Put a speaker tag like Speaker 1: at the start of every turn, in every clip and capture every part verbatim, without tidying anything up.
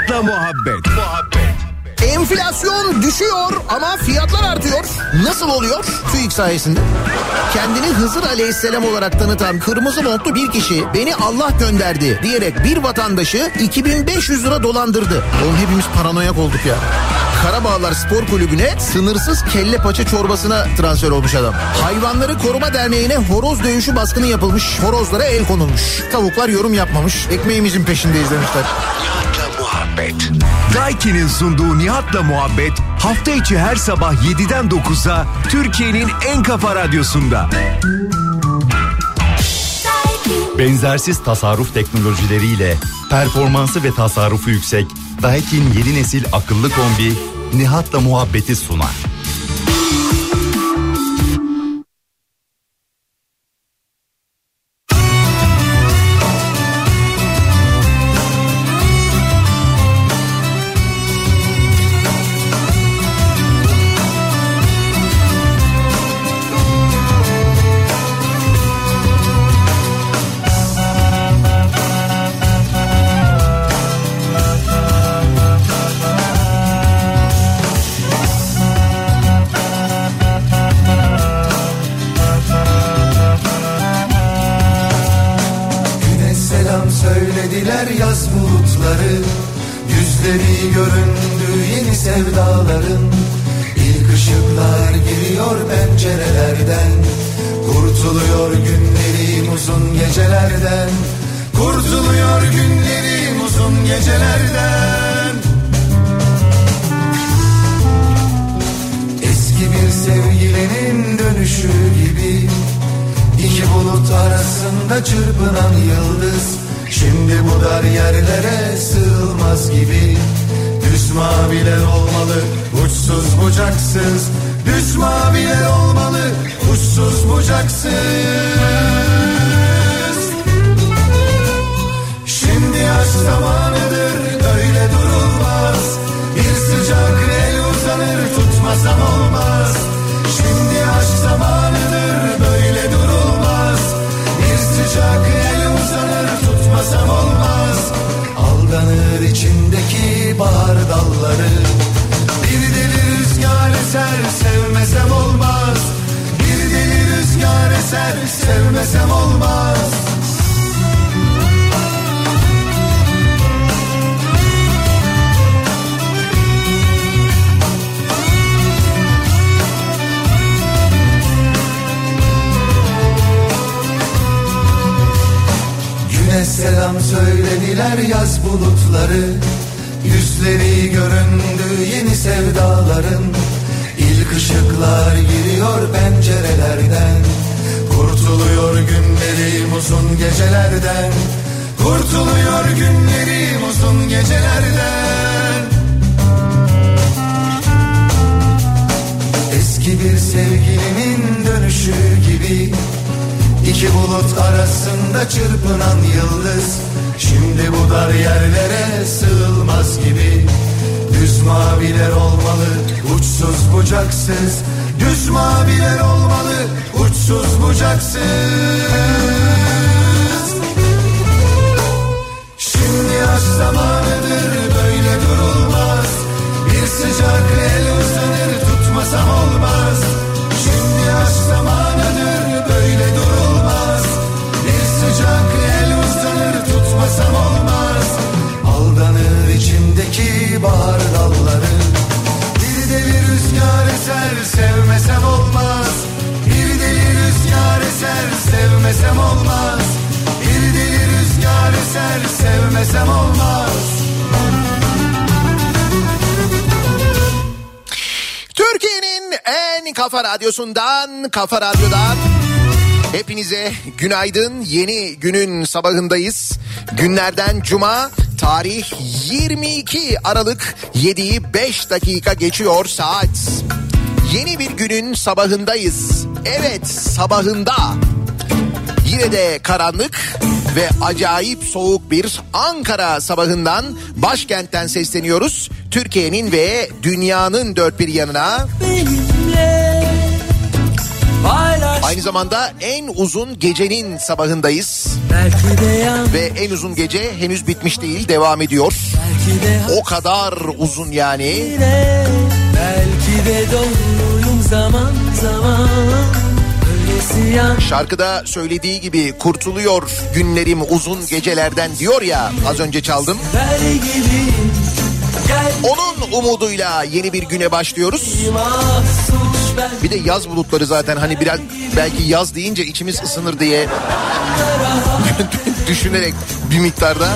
Speaker 1: Nihat'la muhabbet. Muhabbet.
Speaker 2: Enflasyon düşüyor ama fiyatlar artıyor. Nasıl oluyor? TÜİK sayesinde. Kendini Hızır Aleyhisselam olarak tanıtan kırmızı montlu bir kişi beni Allah gönderdi diyerek bir vatandaşı iki bin beş yüz lira dolandırdı. Oğlum hepimiz paranoyak olduk ya. Karabağlar Spor Kulübü'ne sınırsız kelle paça çorbasına transfer olmuş adam. Hayvanları Koruma Derneği'ne horoz dövüşü baskını yapılmış. Horozlara el konulmuş. Tavuklar yorum yapmamış. Ekmeğimizin peşindeyiz demişler.
Speaker 1: Nihat'la muhabbet. Daiki'nin sunduğu Nihat'la muhabbet hafta içi her sabah yediden dokuza Türkiye'nin en kafa radyosunda.
Speaker 3: Benzersiz tasarruf teknolojileriyle performansı ve tasarrufu yüksek Daikin yeni nesil akıllı kombi Nihat'la muhabbeti sunar.
Speaker 2: Kafa Radyosu'ndan, Kafa Radyo'dan hepinize günaydın. Yeni günün sabahındayız. Günlerden Cuma, tarih yirmi iki Aralık, yediyi beş dakika geçiyor saat. Yeni bir günün sabahındayız. Evet, sabahında. Yine de karanlık ve acayip soğuk bir Ankara sabahından, başkentten sesleniyoruz. Türkiye'nin ve dünyanın dört bir yanına. Aynı zamanda en uzun gecenin sabahındayız. Ve en uzun gece henüz bitmiş değil, devam ediyor. O kadar uzun yani.
Speaker 4: Belki de doğruyum zaman zaman.
Speaker 2: Şarkıda söylediği gibi kurtuluyor günlerim uzun gecelerden diyor ya, az önce çaldım. Onun umuduyla yeni bir güne başlıyoruz. Bir de yaz bulutları zaten, hani biraz belki yaz deyince içimiz ısınır diye düşünerek bir miktarda.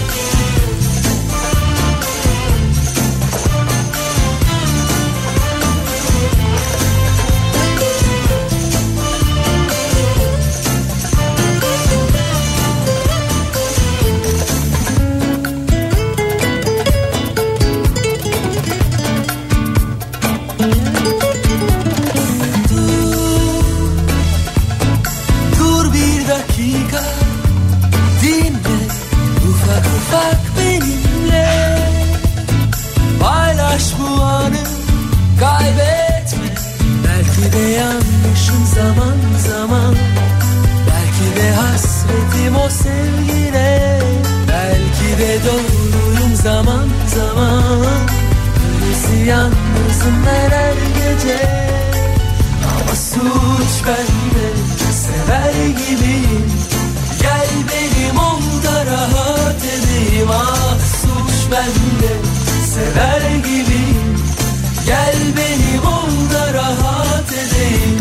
Speaker 4: Yalnızım ben her gece, ama suç bende, sever gibiyim. Gel benim ol da rahat edeyim. Ah suç bende, sever gibiyim. Gel benim ol da rahat edeyim.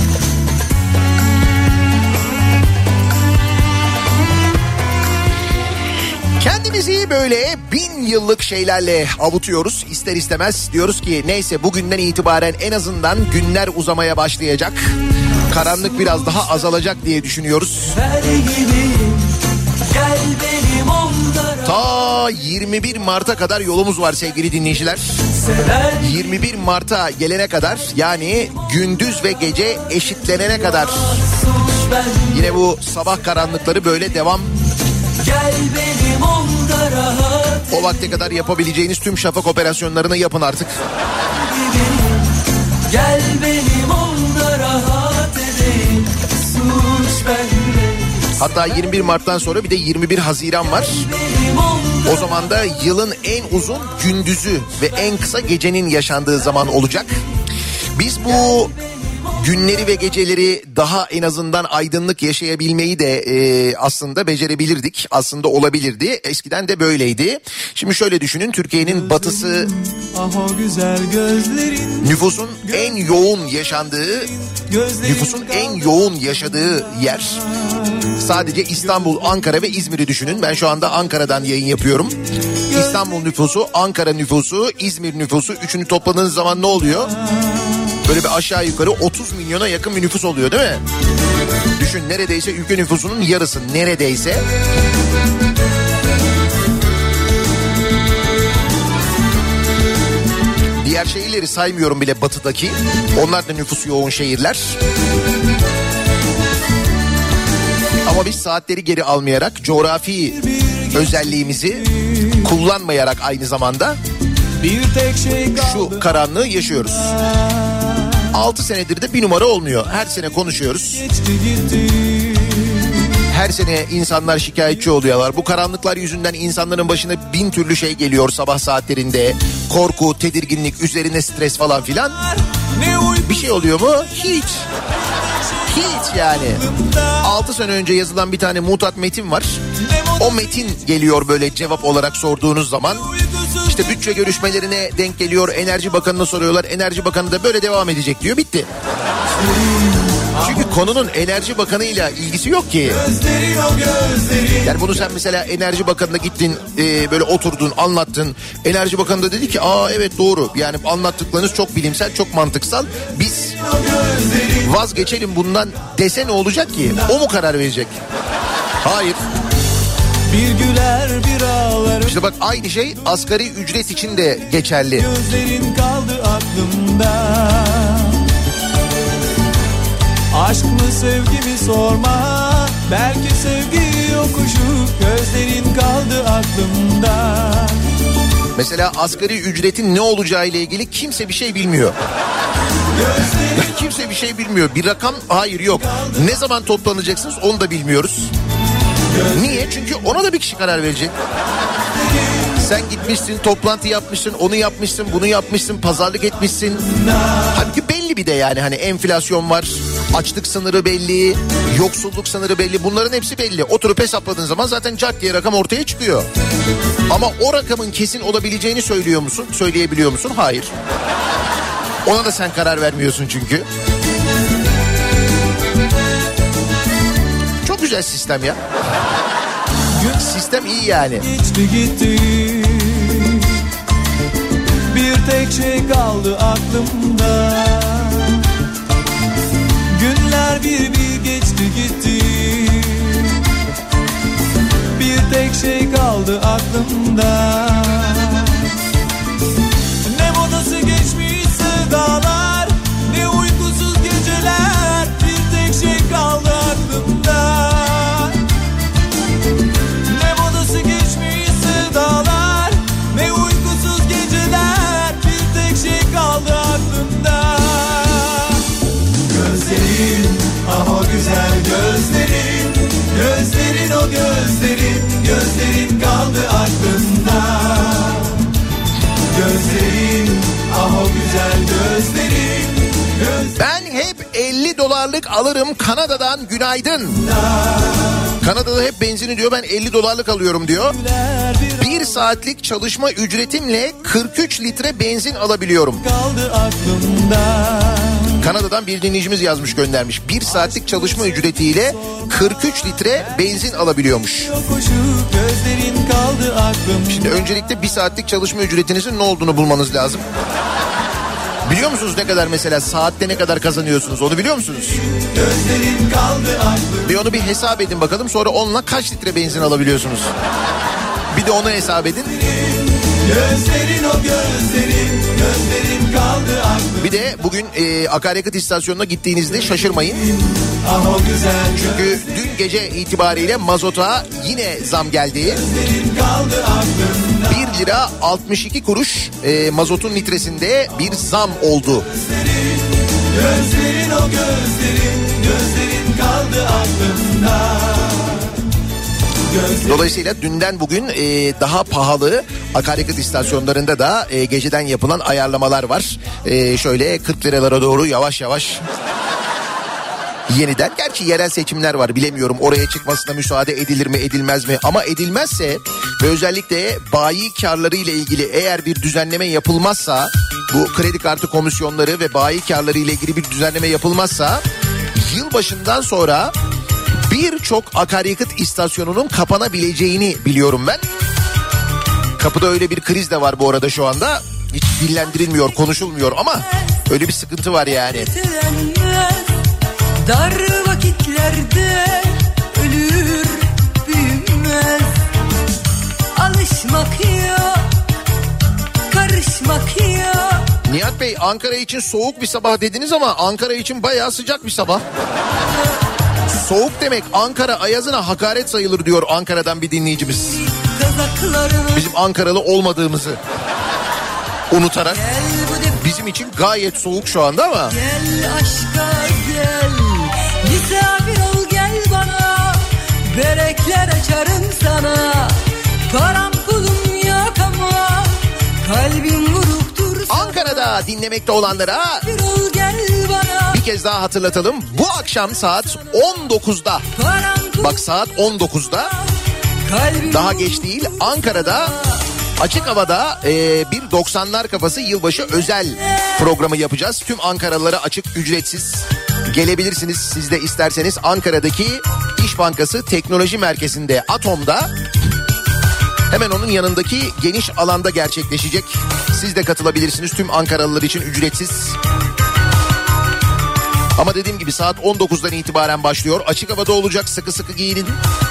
Speaker 2: Kendimizi böyle bin yıllık şeylerle avutuyoruz. İster istemez diyoruz ki neyse, bugünden itibaren en azından günler uzamaya başlayacak. Karanlık biraz daha azalacak diye düşünüyoruz. Ta yirmi bir Mart'a kadar yolumuz var sevgili dinleyiciler. yirmi bir Mart'a gelene kadar, yani gündüz ve gece eşitlenene kadar yine bu sabah karanlıkları böyle devam.
Speaker 4: Gel benim ol da rahat.
Speaker 2: O vakte kadar yapabileceğiniz tüm şafak operasyonlarını yapın artık.
Speaker 4: Gel benim ol da rahat edeyim. Suç bende.
Speaker 2: Hatta yirmi bir Mart'tan sonra bir de yirmi bir Haziran var. O zaman da yılın en uzun gündüzü ve en kısa gecenin yaşandığı zaman olacak. Biz bu günleri ve geceleri daha en azından aydınlık yaşayabilmeyi de e, aslında becerebilirdik. Aslında olabilirdi. Eskiden de böyleydi. Şimdi şöyle düşünün, Türkiye'nin batısı nüfusun en yoğun yaşandığı, nüfusun en yoğun yaşadığı yer. Sadece İstanbul, Ankara ve İzmir'i düşünün. Ben şu anda Ankara'dan yayın yapıyorum. İstanbul nüfusu, Ankara nüfusu, İzmir nüfusu, üçünü topladığınız zaman ne oluyor? Böyle bir aşağı yukarı otuz milyona yakın bir nüfus oluyor değil mi? Düşün, neredeyse ülke nüfusunun yarısı, neredeyse. Diğer şehirleri saymıyorum bile batıdaki. Onlar da nüfus yoğun şehirler. Ama biz saatleri geri almayarak, coğrafi özelliğimizi kullanmayarak aynı zamanda şu karanlığı yaşıyoruz. altı senedir de bir numara olmuyor. Her sene konuşuyoruz. Her sene insanlar şikayetçi oluyorlar. Bu karanlıklar yüzünden insanların başına bin türlü şey geliyor sabah saatlerinde. Korku, tedirginlik, üzerine stres falan filan. Bir şey oluyor mu? Hiç. Hiç yani. altı sene önce yazılan bir tane mutat metin var. O metin geliyor böyle cevap olarak sorduğunuz zaman. İşte bütçe görüşmelerine denk geliyor. Enerji Bakanı'na soruyorlar. Enerji Bakanı da böyle devam edecek diyor. Bitti. Çünkü konunun Enerji Bakanı'yla ilgisi yok ki. Yani bunu sen mesela Enerji Bakanı'na gittin, e, böyle oturdun, anlattın. Enerji Bakanı da dedi ki aa evet doğru. Yani anlattıklarınız çok bilimsel, çok mantıksal. Biz vazgeçelim bundan dese ne olacak ki? O mu karar verecek? Hayır.
Speaker 4: Bir güler bir ağlar.
Speaker 2: İşte bak, aynı şey asgari ücret için de geçerli.
Speaker 4: Gözlerin kaldı aklımda. Aşk mı sevgi mi sorma. Belki sevgi yokuşu. Gözlerin kaldı aklımda.
Speaker 2: Mesela asgari ücretin ne olacağı ile ilgili kimse bir şey bilmiyor. Kimse bir şey bilmiyor. Bir rakam hayır yok. Ne zaman toplanacaksınız onu da bilmiyoruz. Niye? Çünkü ona da bir kişi karar verecek. Sen gitmişsin, toplantı yapmışsın, onu yapmışsın, bunu yapmışsın, pazarlık etmişsin. Halbuki belli bir de yani hani enflasyon var, açlık sınırı belli, yoksulluk sınırı belli. Bunların hepsi belli. Oturup hesapladığın zaman zaten cart diye rakam ortaya çıkıyor. Ama o rakamın kesin olabileceğini söylüyor musun? Söyleyebiliyor musun? Hayır. Ona da sen karar vermiyorsun çünkü. Çok güzel sistem ya. Sistem iyi yani.
Speaker 4: Geçti gitti. Bir tek şey kaldı aklımda. Günler bir bir geçti gitti. Bir tek şey kaldı aklımda. Ne modası geçmişse dağlar, ne uykusuz geceler. Bir tek şey kaldı aklımda. Ne modası geçmişse dağlar, ne uykusuz geceler. Bir tek şey kaldı aklımda. Gözlerin, ah o güzel gözlerin. Gözlerin o gözlerin, gözlerin kaldı aklımda. Gözlerin, ah o güzel gözlerin. Göz...
Speaker 2: Ben hep elli dolarlık alırım Kanada'dan, günaydın. Kanada'da hep benzini diyor, ben elli dolarlık alıyorum diyor. Bir saatlik çalışma ücretimle kırk üç litre benzin alabiliyorum.
Speaker 4: Kaldı aklımda.
Speaker 2: Kanada'dan bir dinleyicimiz yazmış, göndermiş. Bir saatlik çalışma ücretiyle kırk üç litre benzin alabiliyormuş. Şimdi öncelikle bir saatlik çalışma ücretinizin ne olduğunu bulmanız lazım. Biliyor musunuz ne kadar, mesela saatte ne kadar kazanıyorsunuz, onu biliyor musunuz? Bir onu bir hesap edin bakalım, sonra onunla kaç litre benzin alabiliyorsunuz? Bir de onu hesap edin.
Speaker 4: Gözlerin o gözlerin, gözlerin kaldı aklımda.
Speaker 2: Bir de bugün e, akaryakıt istasyonuna gittiğinizde şaşırmayın.
Speaker 4: Ah o güzel.
Speaker 2: Çünkü dün gece itibariyle mazota yine zam geldi.
Speaker 4: Gözlerin kaldı aklımda.
Speaker 2: bir lira altmış iki kuruş e, mazotun litresinde bir zam oldu.
Speaker 4: Gözlerin, gözlerin o gözlerin, gözlerin kaldı aklımda.
Speaker 2: Dolayısıyla dünden bugün e, daha pahalı akaryakıt istasyonlarında da e, geceden yapılan ayarlamalar var. E, şöyle kırk liralara doğru yavaş yavaş yeniden. Gerçi yerel seçimler var, bilemiyorum oraya çıkmasına müsaade edilir mi edilmez mi? Ama edilmezse ve özellikle bayi karları ile ilgili eğer bir düzenleme yapılmazsa, bu kredi kartı komisyonları ve bayi karları ile ilgili bir düzenleme yapılmazsa yılbaşından sonra birçok akaryakıt istasyonunun kapanabileceğini biliyorum ben. Kapıda öyle bir kriz de var bu arada şu anda. Hiç dillendirilmiyor, konuşulmuyor ama öyle bir sıkıntı var yani.
Speaker 5: Dar vakitlerde ölür büyümez. Alışmak yok, karışmak yok.
Speaker 2: Nihat Bey, Ankara için soğuk bir sabah dediniz ama Ankara için bayağı sıcak bir sabah. Soğuk demek Ankara ayazına hakaret sayılır diyor Ankara'dan bir dinleyicimiz. Bizim Ankaralı olmadığımızı unutarak. Bizim için gayet soğuk şu anda ama.
Speaker 5: Gel aşka gel, misafir ol gel bana. Börekler açarım sana. Param pulum yok ama kalbim vuruktur sana.
Speaker 2: Ankara'da dinlemekte olanlara bir kez daha hatırlatalım. Bu akşam saat on dokuzda. Bak saat on dokuzda. Daha geç değil. Ankara'da açık havada e, bir doksanlar kafası yılbaşı özel programı yapacağız. Tüm Ankaralılara açık, ücretsiz. Gelebilirsiniz siz de isterseniz. Ankara'daki İş Bankası Teknoloji Merkezi'nde, Atom'da. Hemen onun yanındaki geniş alanda gerçekleşecek. Siz de katılabilirsiniz. Tüm Ankaralılar için ücretsiz. Ama dediğim gibi saat on dokuzdan itibaren başlıyor. Açık havada olacak, sıkı sıkı giyinin.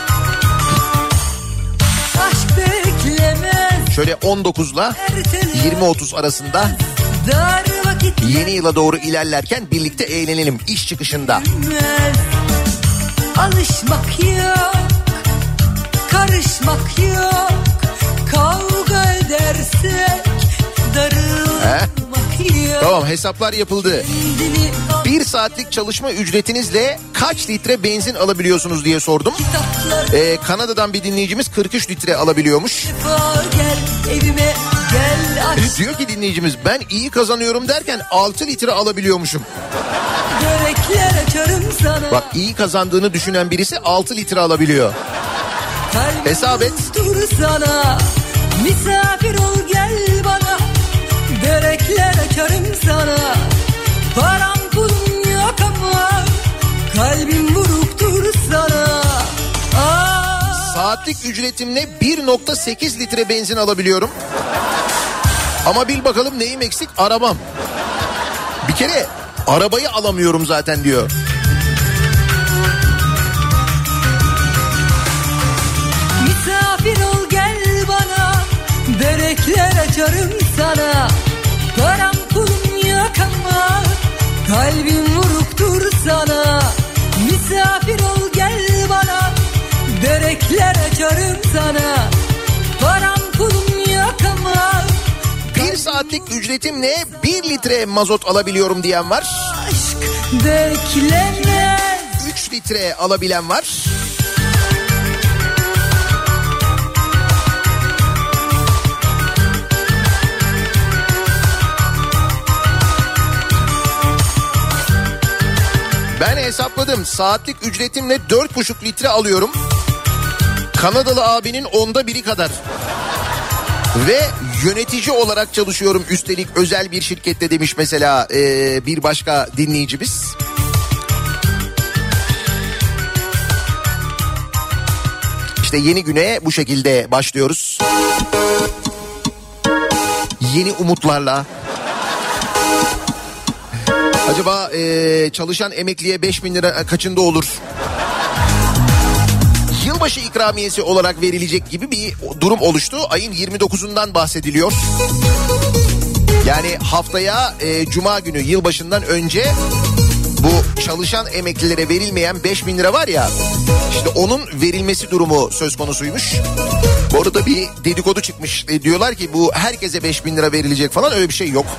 Speaker 2: Şöyle on dokuzla yirmi otuz arasında yeni yıla doğru ilerlerken birlikte eğlenelim iş çıkışında.
Speaker 5: Alışmak yok, karışmak yok, kavga edersek darılmak yok.
Speaker 2: Tamam, hesaplar yapıldı. Bir saatlik çalışma ücretinizle kaç litre benzin alabiliyorsunuz diye sordum. Ee, Kanada'dan bir dinleyicimiz kırk üç litre alabiliyormuş.
Speaker 5: Gel evime gel aşk.
Speaker 2: Diyor ki dinleyicimiz, ben iyi kazanıyorum derken altı litre alabiliyormuşum.
Speaker 5: Börekler açarım sana.
Speaker 2: Bak, iyi kazandığını düşünen birisi altı litre alabiliyor.
Speaker 5: Kalbim
Speaker 2: Hesap et.
Speaker 5: dur sana. Misafir ol gel bana. Börekler açarım sana. Param pulum yok ama kalbim vuruktur sana. Aa.
Speaker 2: Saatlik ücretimle bir nokta sekiz litre benzin alabiliyorum. Ama bil bakalım neyim eksik? Arabam. Bir kere arabayı alamıyorum zaten diyor.
Speaker 5: Misafir ol gel bana. Börekler açarım sana. Param pulum yok ama kalbim vuruktur sana. Misafir ol gel bana. Börekler açarım sana. Param pulum yok ama
Speaker 2: Bir saatlik ücretimle bir litre mazot alabiliyorum diyen var.
Speaker 5: aşk beklemez.
Speaker 2: üç litre alabilen var. Ben hesapladım, saatlik ücretimle dört buçuk litre alıyorum. Kanadalı abinin onda biri kadar. Ve yönetici olarak çalışıyorum üstelik özel bir şirkette demiş mesela ee, bir başka dinleyicimiz. İşte yeni güne bu şekilde başlıyoruz. Yeni umutlarla. Acaba ee, çalışan emekliye beş bin lira kaçında olur? Yılbaşı ikramiyesi olarak verilecek gibi bir durum oluştu. Ayın yirmi dokuzundan bahsediliyor. Yani haftaya e, Cuma günü yılbaşından önce bu çalışan emeklilere verilmeyen beş bin lira var ya, işte onun verilmesi durumu söz konusuymuş. Bu arada bir dedikodu çıkmış. E, diyorlar ki bu herkese beş bin lira verilecek falan, öyle bir şey yok.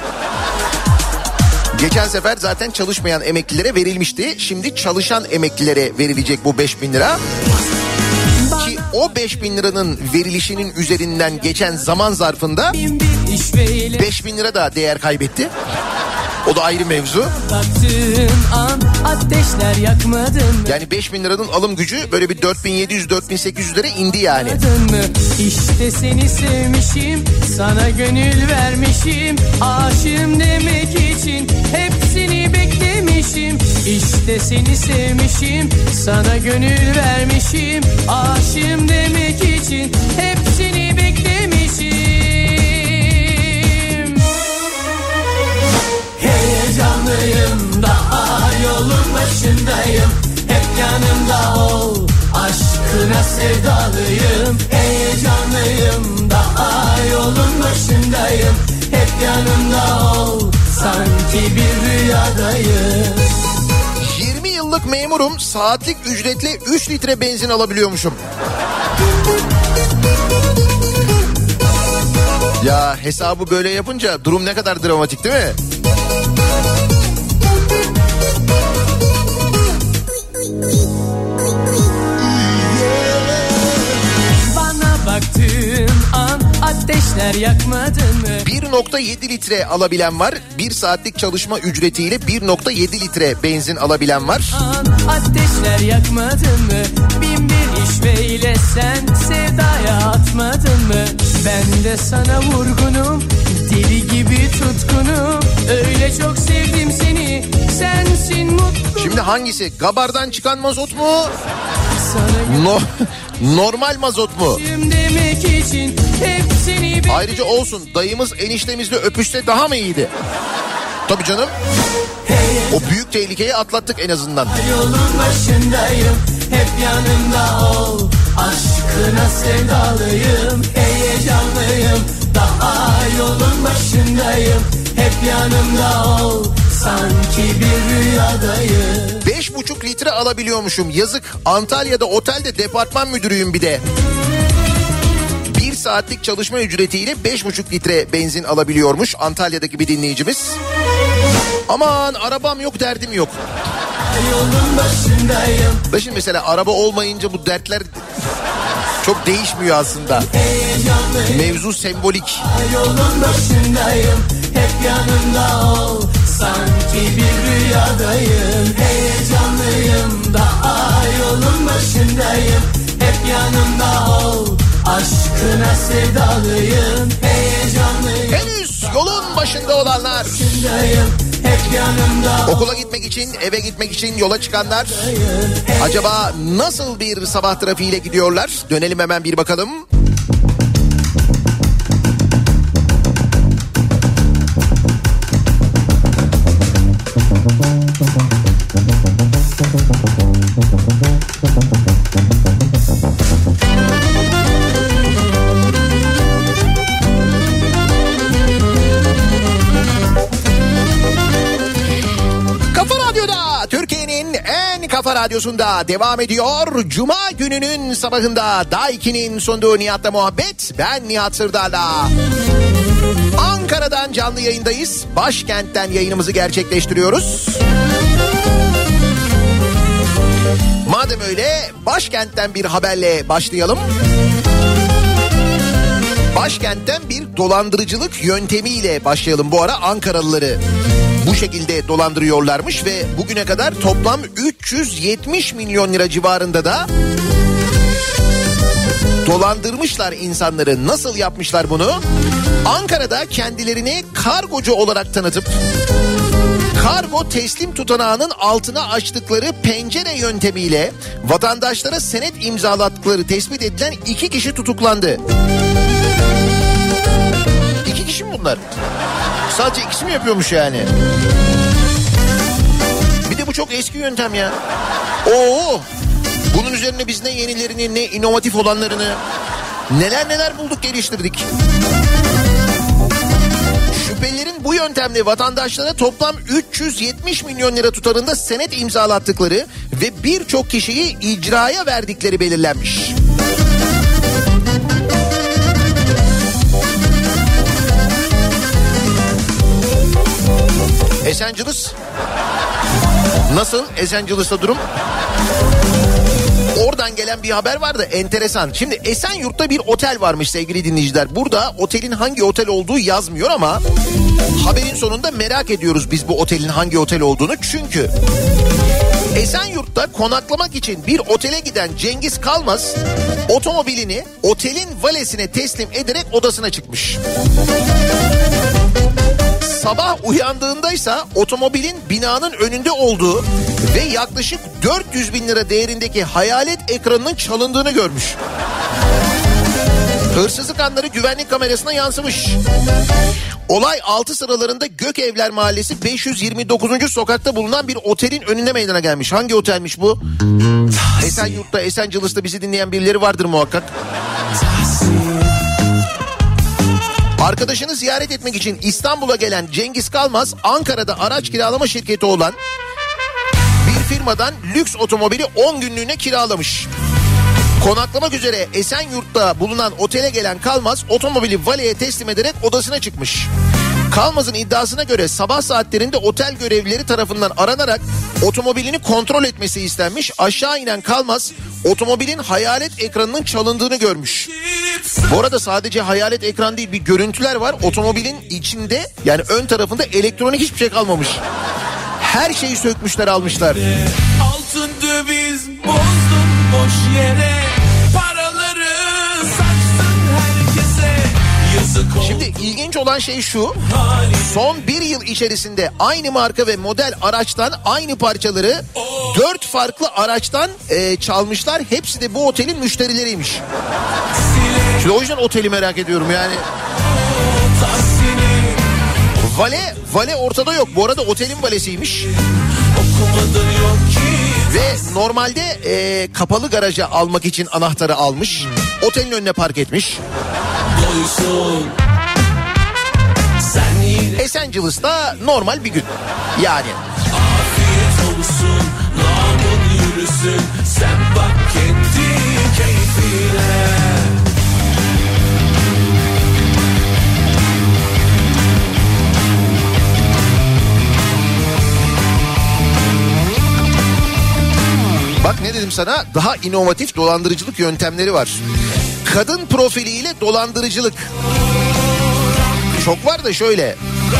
Speaker 2: Geçen sefer zaten çalışmayan emeklilere verilmişti. Şimdi çalışan emeklilere verilecek bu beş bin lira. Ki o beş bin liranın verilişinin üzerinden geçen zaman zarfında beş bin lira da değer kaybetti. O da ayrı mevzu.
Speaker 6: An, ateşler yakmadın mı?
Speaker 2: Yani beş bin liranın alım gücü böyle bir dört bin yedi yüz dört bin sekiz yüz lira indi yani.
Speaker 6: İşte seni sevmişim, sana gönül vermişim, aşığım demek için hepsini beklemişim. İşte seni sevmişim, sana gönül vermişim, aşığım demek için hepsini beklemişim. Heyecanlıyım, daha yolun başındayım, hep yanımda ol, aşkına sevdalıyım. Heyecanlıyım, daha yolun başındayım, hep yanımda ol, sanki bir rüyadayım.
Speaker 2: yirmi yıllık memurum, saatlik ücretle üç litre benzin alabiliyormuşum. Ya hesabı böyle yapınca durum ne kadar dramatik değil mi?
Speaker 6: Bana baktığın an ateşler yakmadın mı?
Speaker 2: bir nokta yedi litre alabilen var. Bir saatlik çalışma ücretiyle bir nokta yedi litre benzin alabilen var.
Speaker 6: An, ateşler yakmadın mı? Bin bir işveyle sen sevdaya atmadın mı? Ben de sana vurgunum, deli gibi tutkunum, öyle çok sevdim seni, sensin mutlu.
Speaker 2: Şimdi hangisi? Gabardan çıkan mazot mu?
Speaker 6: Sana
Speaker 2: No, normal mazot mu?
Speaker 6: demek için hepsini be-
Speaker 2: Ayrıca olsun, dayımız eniştemizle öpüşse daha mı iyiydi? Tabii canım. O büyük tehlikeyi atlattık en azından.
Speaker 6: Yolun başındayım, hep yanımda ol, aşkına sevdalıyım, heyecanlıyım, daha yolun başındayım, hep yanımda ol, sanki bir rüyadayım.
Speaker 2: Beş buçuk litre alabiliyormuşum. Yazık. Antalya'da otelde departman müdürüyüm bir de. Bir saatlik çalışma ücretiyle beş buçuk litre benzin alabiliyormuş Antalya'daki bir dinleyicimiz. Aman arabam yok, derdim yok.
Speaker 4: Yolun başındayım.
Speaker 2: Ve şimdi mesela araba olmayınca bu dertler çok değişmiyor aslında. Mevzu sembolik.
Speaker 4: Yolun başındayım. Hep yanımda ol. Sanki bir rüyadayım. Heyecanlıyım daha yolun başındayım. Hep yanımda ol. Aşkına sevdalıyım. Heyecanlıyım.
Speaker 2: Henüz yolun başında olanlar.
Speaker 4: Hep yanımda.
Speaker 2: Okula gitmek için, eve gitmek için yola çıkanlar. Acaba nasıl bir sabah trafiğiyle gidiyorlar? Dönelim hemen bir bakalım. Kafa Radyosu'nda devam ediyor. Cuma gününün sabahında Daiki'nin sunduğu Nihat'la muhabbet. Ben Nihat Sırdar'la. Ankara'dan canlı yayındayız. Başkent'ten yayınımızı gerçekleştiriyoruz. Madem öyle başkentten bir haberle başlayalım. Başkentten bir dolandırıcılık yöntemiyle başlayalım. Bu ara Ankaralıları bu şekilde dolandırıyorlarmış ve bugüne kadar toplam üç yüz yetmiş milyon lira civarında da dolandırmışlar insanları. Nasıl yapmışlar bunu? Ankara'da kendilerini kargocu olarak tanıtıp kargo teslim tutanağının altına açtıkları pencere yöntemiyle vatandaşlara senet imzalattıkları tespit edilen iki kişi tutuklandı. İki kişi mi bunlar? Sadece ikisi mi yapıyormuş yani? Bir de bu çok eski yöntem ya. Oo! Bunun üzerine biz ne yenilerini ne inovatif olanlarını neler neler bulduk, geliştirdik. Şüphelilerin bu yöntemle vatandaşlara toplam üç yüz yetmiş milyon lira tutarında senet imzalattıkları ve birçok kişiyi icraya verdikleri belirlenmiş. Esenciles nasıl? Esenciles'ta durum? Oradan gelen bir haber vardı, enteresan. Şimdi Esenyurt'ta bir otel varmış sevgili dinleyiciler. Burada otelin hangi otel olduğu yazmıyor ama haberin sonunda merak ediyoruz biz bu otelin hangi otel olduğunu. Çünkü Esenyurt'ta konaklamak için bir otele giden Cengiz Kalmaz otomobilini otelin valesine teslim ederek odasına çıkmış. Sabah uyandığındaysa otomobilin binanın önünde olduğu ve yaklaşık dört yüz bin lira değerindeki hayalet ekranının çalındığını görmüş. Hırsızlık anları güvenlik kamerasına yansımış. Olay altı sıralarında Gökevler Mahallesi beş yüz yirmi dokuzuncu sokakta bulunan bir otelin önünde meydana gelmiş. Hangi otelmiş bu? Esenyurt'ta, Esenciles'ta bizi dinleyen birileri vardır muhakkak. Arkadaşını ziyaret etmek için İstanbul'a gelen Cengiz Kalmaz, Ankara'da araç kiralama şirketi olan bir firmadan lüks otomobili on günlüğüne kiralamış. Konaklamak üzere Esenyurt'ta bulunan otele gelen Kalmaz otomobili valeye teslim ederek odasına çıkmış. Kalmaz'ın iddiasına göre sabah saatlerinde otel görevlileri tarafından aranarak otomobilini kontrol etmesi istenmiş. Aşağı inen Kalmaz otomobilin hayalet ekranının çalındığını görmüş. Bu arada sadece hayalet ekran değil, bir görüntüler var. Otomobilin içinde, yani ön tarafında elektronik hiçbir şey kalmamış. Her şeyi sökmüşler, almışlar.
Speaker 4: Altın döviz bozdun boş yere, paraları saçtın herkese, yazık oldu.
Speaker 2: Şimdi ilginç olan şey şu: son bir yıl içerisinde aynı marka ve model araçtan aynı parçaları dört farklı araçtan e, çalmışlar. Hepsi de bu otelin müşterileriymiş. Şimdi o yüzden oteli merak ediyorum yani. Vale, vale ortada yok. Bu arada otelin valesiymiş. Ve normalde e, kapalı garaja almak için anahtarı almış. Otelin önüne park etmiş. Esenciles'ta normal bir gün. Yani.
Speaker 4: Afiyet olsun, namın yürüsün, sen bak kendi keyfine.
Speaker 2: Bak ne dedim sana, daha inovatif dolandırıcılık yöntemleri var. Kadın profiliyle dolandırıcılık. Çok var da şöyle.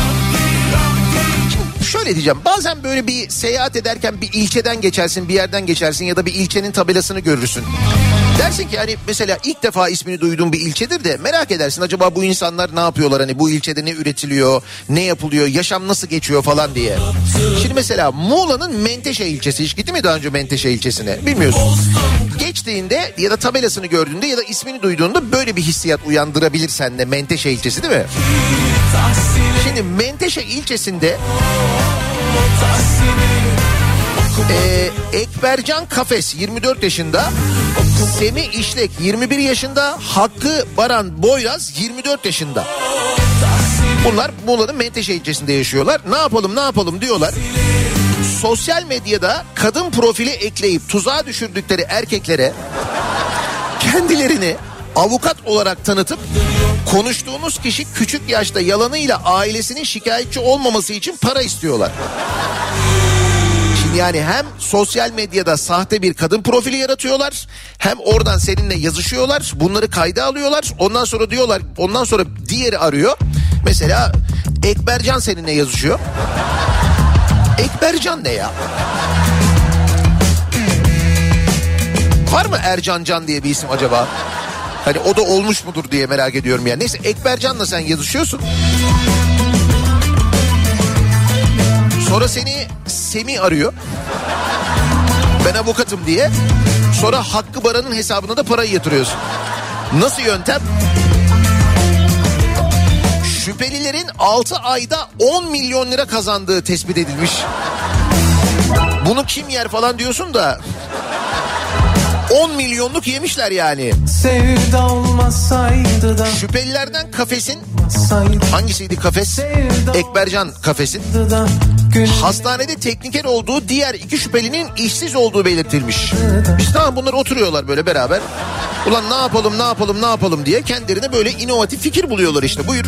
Speaker 2: Şimdi şöyle diyeceğim, bazen böyle bir seyahat ederken bir ilçeden geçersin, bir yerden geçersin ya da bir ilçenin tabelasını görürsün. Dersin ki hani mesela ilk defa ismini duyduğun bir ilçedir de merak edersin, acaba bu insanlar ne yapıyorlar, hani bu ilçede ne üretiliyor, ne yapılıyor, yaşam nasıl geçiyor falan diye. Şimdi mesela Muğla'nın Menteşe ilçesi, hiç gitti mi daha önce Menteşe ilçesine, bilmiyorsun. Geçtiğinde ya da tabelasını gördüğünde ya da ismini duyduğunda böyle bir hissiyat uyandırabilir sende Menteşe ilçesi, değil mi? Şimdi Menteşe ilçesinde Ee, Ekbercan Kafes yirmi dört yaşında, Semih İşlek yirmi bir yaşında, Hakkı Baran Boyraz yirmi dört yaşında. Bunlar Muğla'nın Menteşe ilçesinde yaşıyorlar. Ne yapalım ne yapalım diyorlar. Sosyal medyada kadın profili ekleyip tuzağa düşürdükleri erkeklere kendilerini avukat olarak tanıtıp konuştuğunuz kişi küçük yaşta yalanıyla ailesinin şikayetçi olmaması için para istiyorlar. Yani hem sosyal medyada sahte bir kadın profili yaratıyorlar, hem oradan seninle yazışıyorlar, bunları kayda alıyorlar. Ondan sonra diyorlar, ondan sonra diğeri arıyor. Mesela Ekbercan seninle yazışıyor. Ekbercan ne ya? Var mı Ercan Can diye bir isim acaba? Hani o da olmuş mudur diye merak ediyorum yani. Neyse, Ekbercan'la sen yazışıyorsun. Sonra seni Semih arıyor. Ben avukatım diye. Sonra Hakkı Baran'ın hesabına da parayı yatırıyorsun. Nasıl yöntem? Şüphelilerin altı ayda on milyon lira kazandığı tespit edilmiş. Bunu kim yer falan diyorsun da on milyonluk yemişler yani.
Speaker 4: Sevda olmasaydı da.
Speaker 2: Şüphelilerden Kafes'in, hangisiydi Kafes? Ekbercan Kafes'in hastanede tekniker olduğu, diğer iki şüphelinin işsiz olduğu belirtilmiş. İşte tamam, bunlar oturuyorlar böyle beraber. Ulan ne yapalım ne yapalım ne yapalım diye kendilerine böyle inovatif fikir buluyorlar işte. Buyur.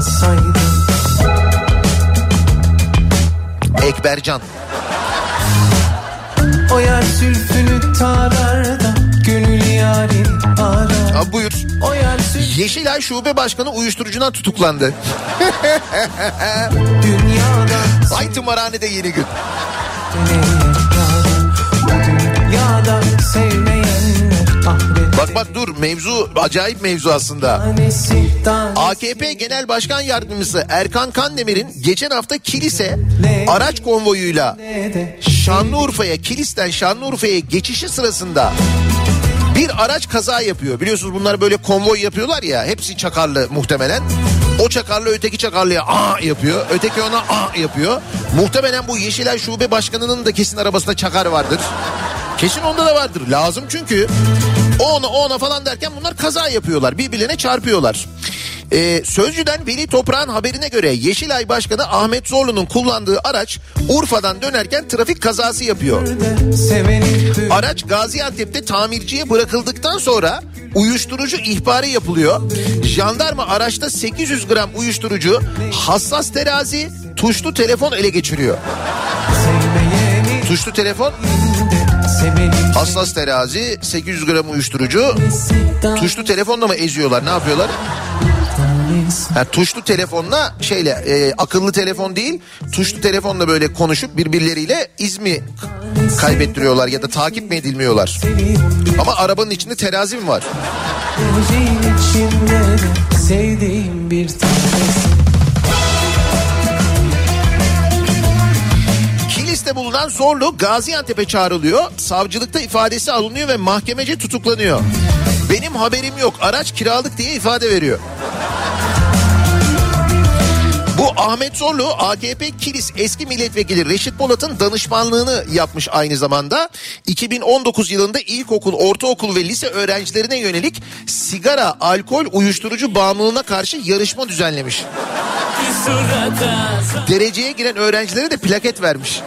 Speaker 2: Ekbercan.
Speaker 4: O yer sülfünü tarar da gönül yarim arar.
Speaker 2: Ha, buyur. Yeşilay Şube Başkanı uyuşturucudan tutuklandı. Ay tımarhanede yeni gün. Bak bak dur, mevzu acayip mevzu aslında. A K P Genel Başkan Yardımcısı Erkan Kandemir'in geçen hafta Kilis'e araç konvoyuyla Şanlıurfa'ya, Kilis'ten Şanlıurfa'ya geçişi sırasında bir araç kaza yapıyor. Biliyorsunuz bunlar böyle konvoy yapıyorlar ya, hepsi çakarlı muhtemelen. O çakarlı öteki çakarlıya aa yapıyor. Öteki ona aa yapıyor. Muhtemelen bu Yeşilay Şube Başkanı'nın da kesin arabasında çakar vardır. Kesin onda da vardır. Lazım çünkü. O ona o ona falan derken bunlar kaza yapıyorlar. Birbirlerine çarpıyorlar. Ee, Sözcü'den Veli Toprağ'ın haberine göre Yeşilay Başkanı Ahmet Zorlu'nun kullandığı araç Urfa'dan dönerken trafik kazası yapıyor. Araç Gaziantep'te tamirciye bırakıldıktan sonra uyuşturucu ihbarı yapılıyor. Jandarma araçta sekiz yüz gram uyuşturucu, hassas terazi, tuşlu telefon ele geçiriyor. Tuşlu telefon, hassas terazi, sekiz yüz gram uyuşturucu, tuşlu telefonla mı eziyorlar, ne yapıyorlar? Yani tuşlu telefonla şeyle e, akıllı telefon değil, tuşlu telefonla böyle konuşup birbirleriyle iz mi kaybettiriyorlar ya da takip mi edilmiyorlar? Ama arabanın içinde terazi mi var? Kilis'te bulunan Zorlu Gaziantep'e çağrılıyor. Savcılıkta ifadesi alınıyor ve mahkemece tutuklanıyor. Benim haberim yok, araç kiralık diye ifade veriyor. Bu Ahmet Zorlu A K P Kilis eski milletvekili Reşit Polat'ın danışmanlığını yapmış aynı zamanda. iki bin on dokuz yılında ilkokul, ortaokul ve lise öğrencilerine yönelik sigara, alkol, uyuşturucu bağımlılığına karşı yarışma düzenlemiş. Dereceye giren öğrencilere de plaket vermiş.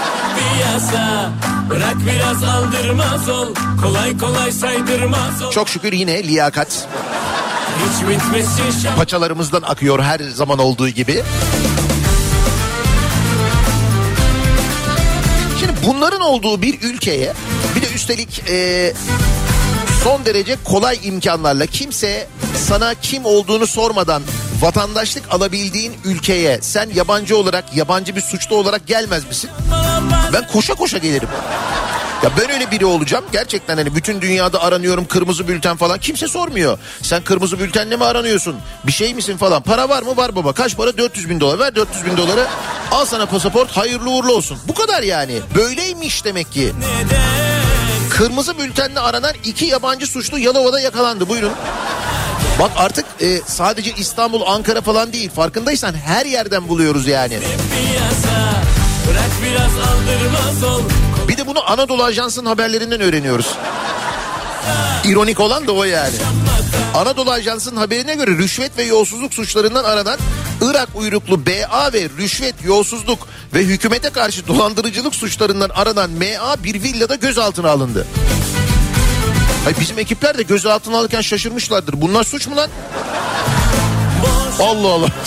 Speaker 2: Bırak biraz aldırmaz ol, kolay kolay saydırmaz ol. Çok şükür yine liyakat paçalarımızdan akıyor her zaman olduğu gibi. Şimdi bunların olduğu bir ülkeye Bir de üstelik e, son derece kolay imkanlarla kimse sana kim olduğunu sormadan vatandaşlık alabildiğin ülkeye sen yabancı olarak, yabancı bir suçlu olarak gelmez misin? Ben koşa koşa gelirim. Ya ben öyle biri olacağım. Gerçekten hani bütün dünyada aranıyorum, kırmızı bülten falan. Kimse sormuyor. Sen kırmızı bültenle mi aranıyorsun? Bir şey misin falan. Para var mı? Var baba. Kaç para? dört yüz bin dolar. Ver dört yüz bin doları. Al sana pasaport. Hayırlı uğurlu olsun. Bu kadar yani. Böyleymiş demek ki. Kırmızı bültenle aranan iki yabancı suçlu Yalova'da yakalandı. Buyurun. Bak artık e, sadece İstanbul, Ankara falan değil. Farkındaysan her yerden buluyoruz yani. Bir de bunu Anadolu Ajansı'nın haberlerinden öğreniyoruz. İronik olan da o yani. Anadolu Ajansı'nın haberine göre rüşvet ve yolsuzluk suçlarından aranan Irak uyruklu B A ve rüşvet, yolsuzluk ve hükümete karşı dolandırıcılık suçlarından aranan M A bir villada gözaltına alındı. Hayır, bizim ekipler de gözaltına alırken şaşırmışlardır. Bunlar suç mu lan? Allah Allah.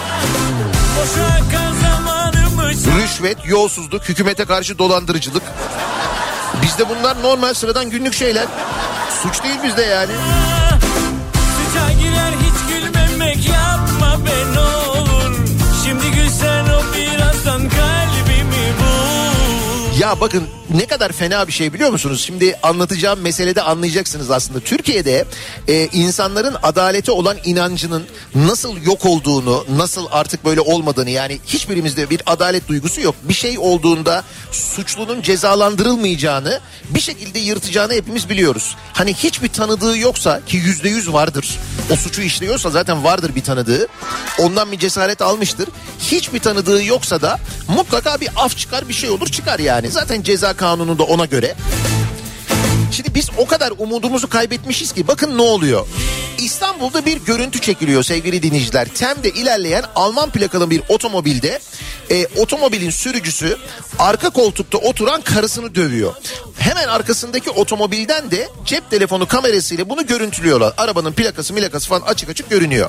Speaker 2: Rüşvet, yolsuzluk, hükümete karşı dolandırıcılık. Bizde bunlar normal, sıradan günlük şeyler. Suç değil bizde yani.
Speaker 4: Suça girer hiç gülmemek, yapma be ne olur. Şimdi gülsen o birazdan kalbimi bul.
Speaker 2: Ya bakın ne kadar fena bir şey biliyor musunuz? Şimdi anlatacağım meselede anlayacaksınız aslında. Türkiye'de e, insanların adalete olan inancının nasıl yok olduğunu, nasıl artık böyle olmadığını, yani hiçbirimizde bir adalet duygusu yok. Bir şey olduğunda suçlunun cezalandırılmayacağını, bir şekilde yırtacağını hepimiz biliyoruz. Hani hiçbir tanıdığı yoksa, ki yüzde yüz vardır, o suçu işliyorsa zaten vardır bir tanıdığı, ondan bir cesaret almıştır. Hiçbir tanıdığı yoksa da mutlaka bir af çıkar, bir şey olur çıkar yani. Zaten ceza kanunu da ona göre. Şimdi biz o kadar umudumuzu kaybetmişiz ki bakın ne oluyor. İstanbul'da bir görüntü çekiliyor sevgili dinleyiciler. Tem'de ilerleyen Alman plakalı bir otomobilde e, otomobilin sürücüsü arka koltukta oturan karısını dövüyor. Hemen arkasındaki otomobilden de cep telefonu kamerasıyla bunu görüntülüyorlar. Arabanın plakası milakası falan açık açık görünüyor.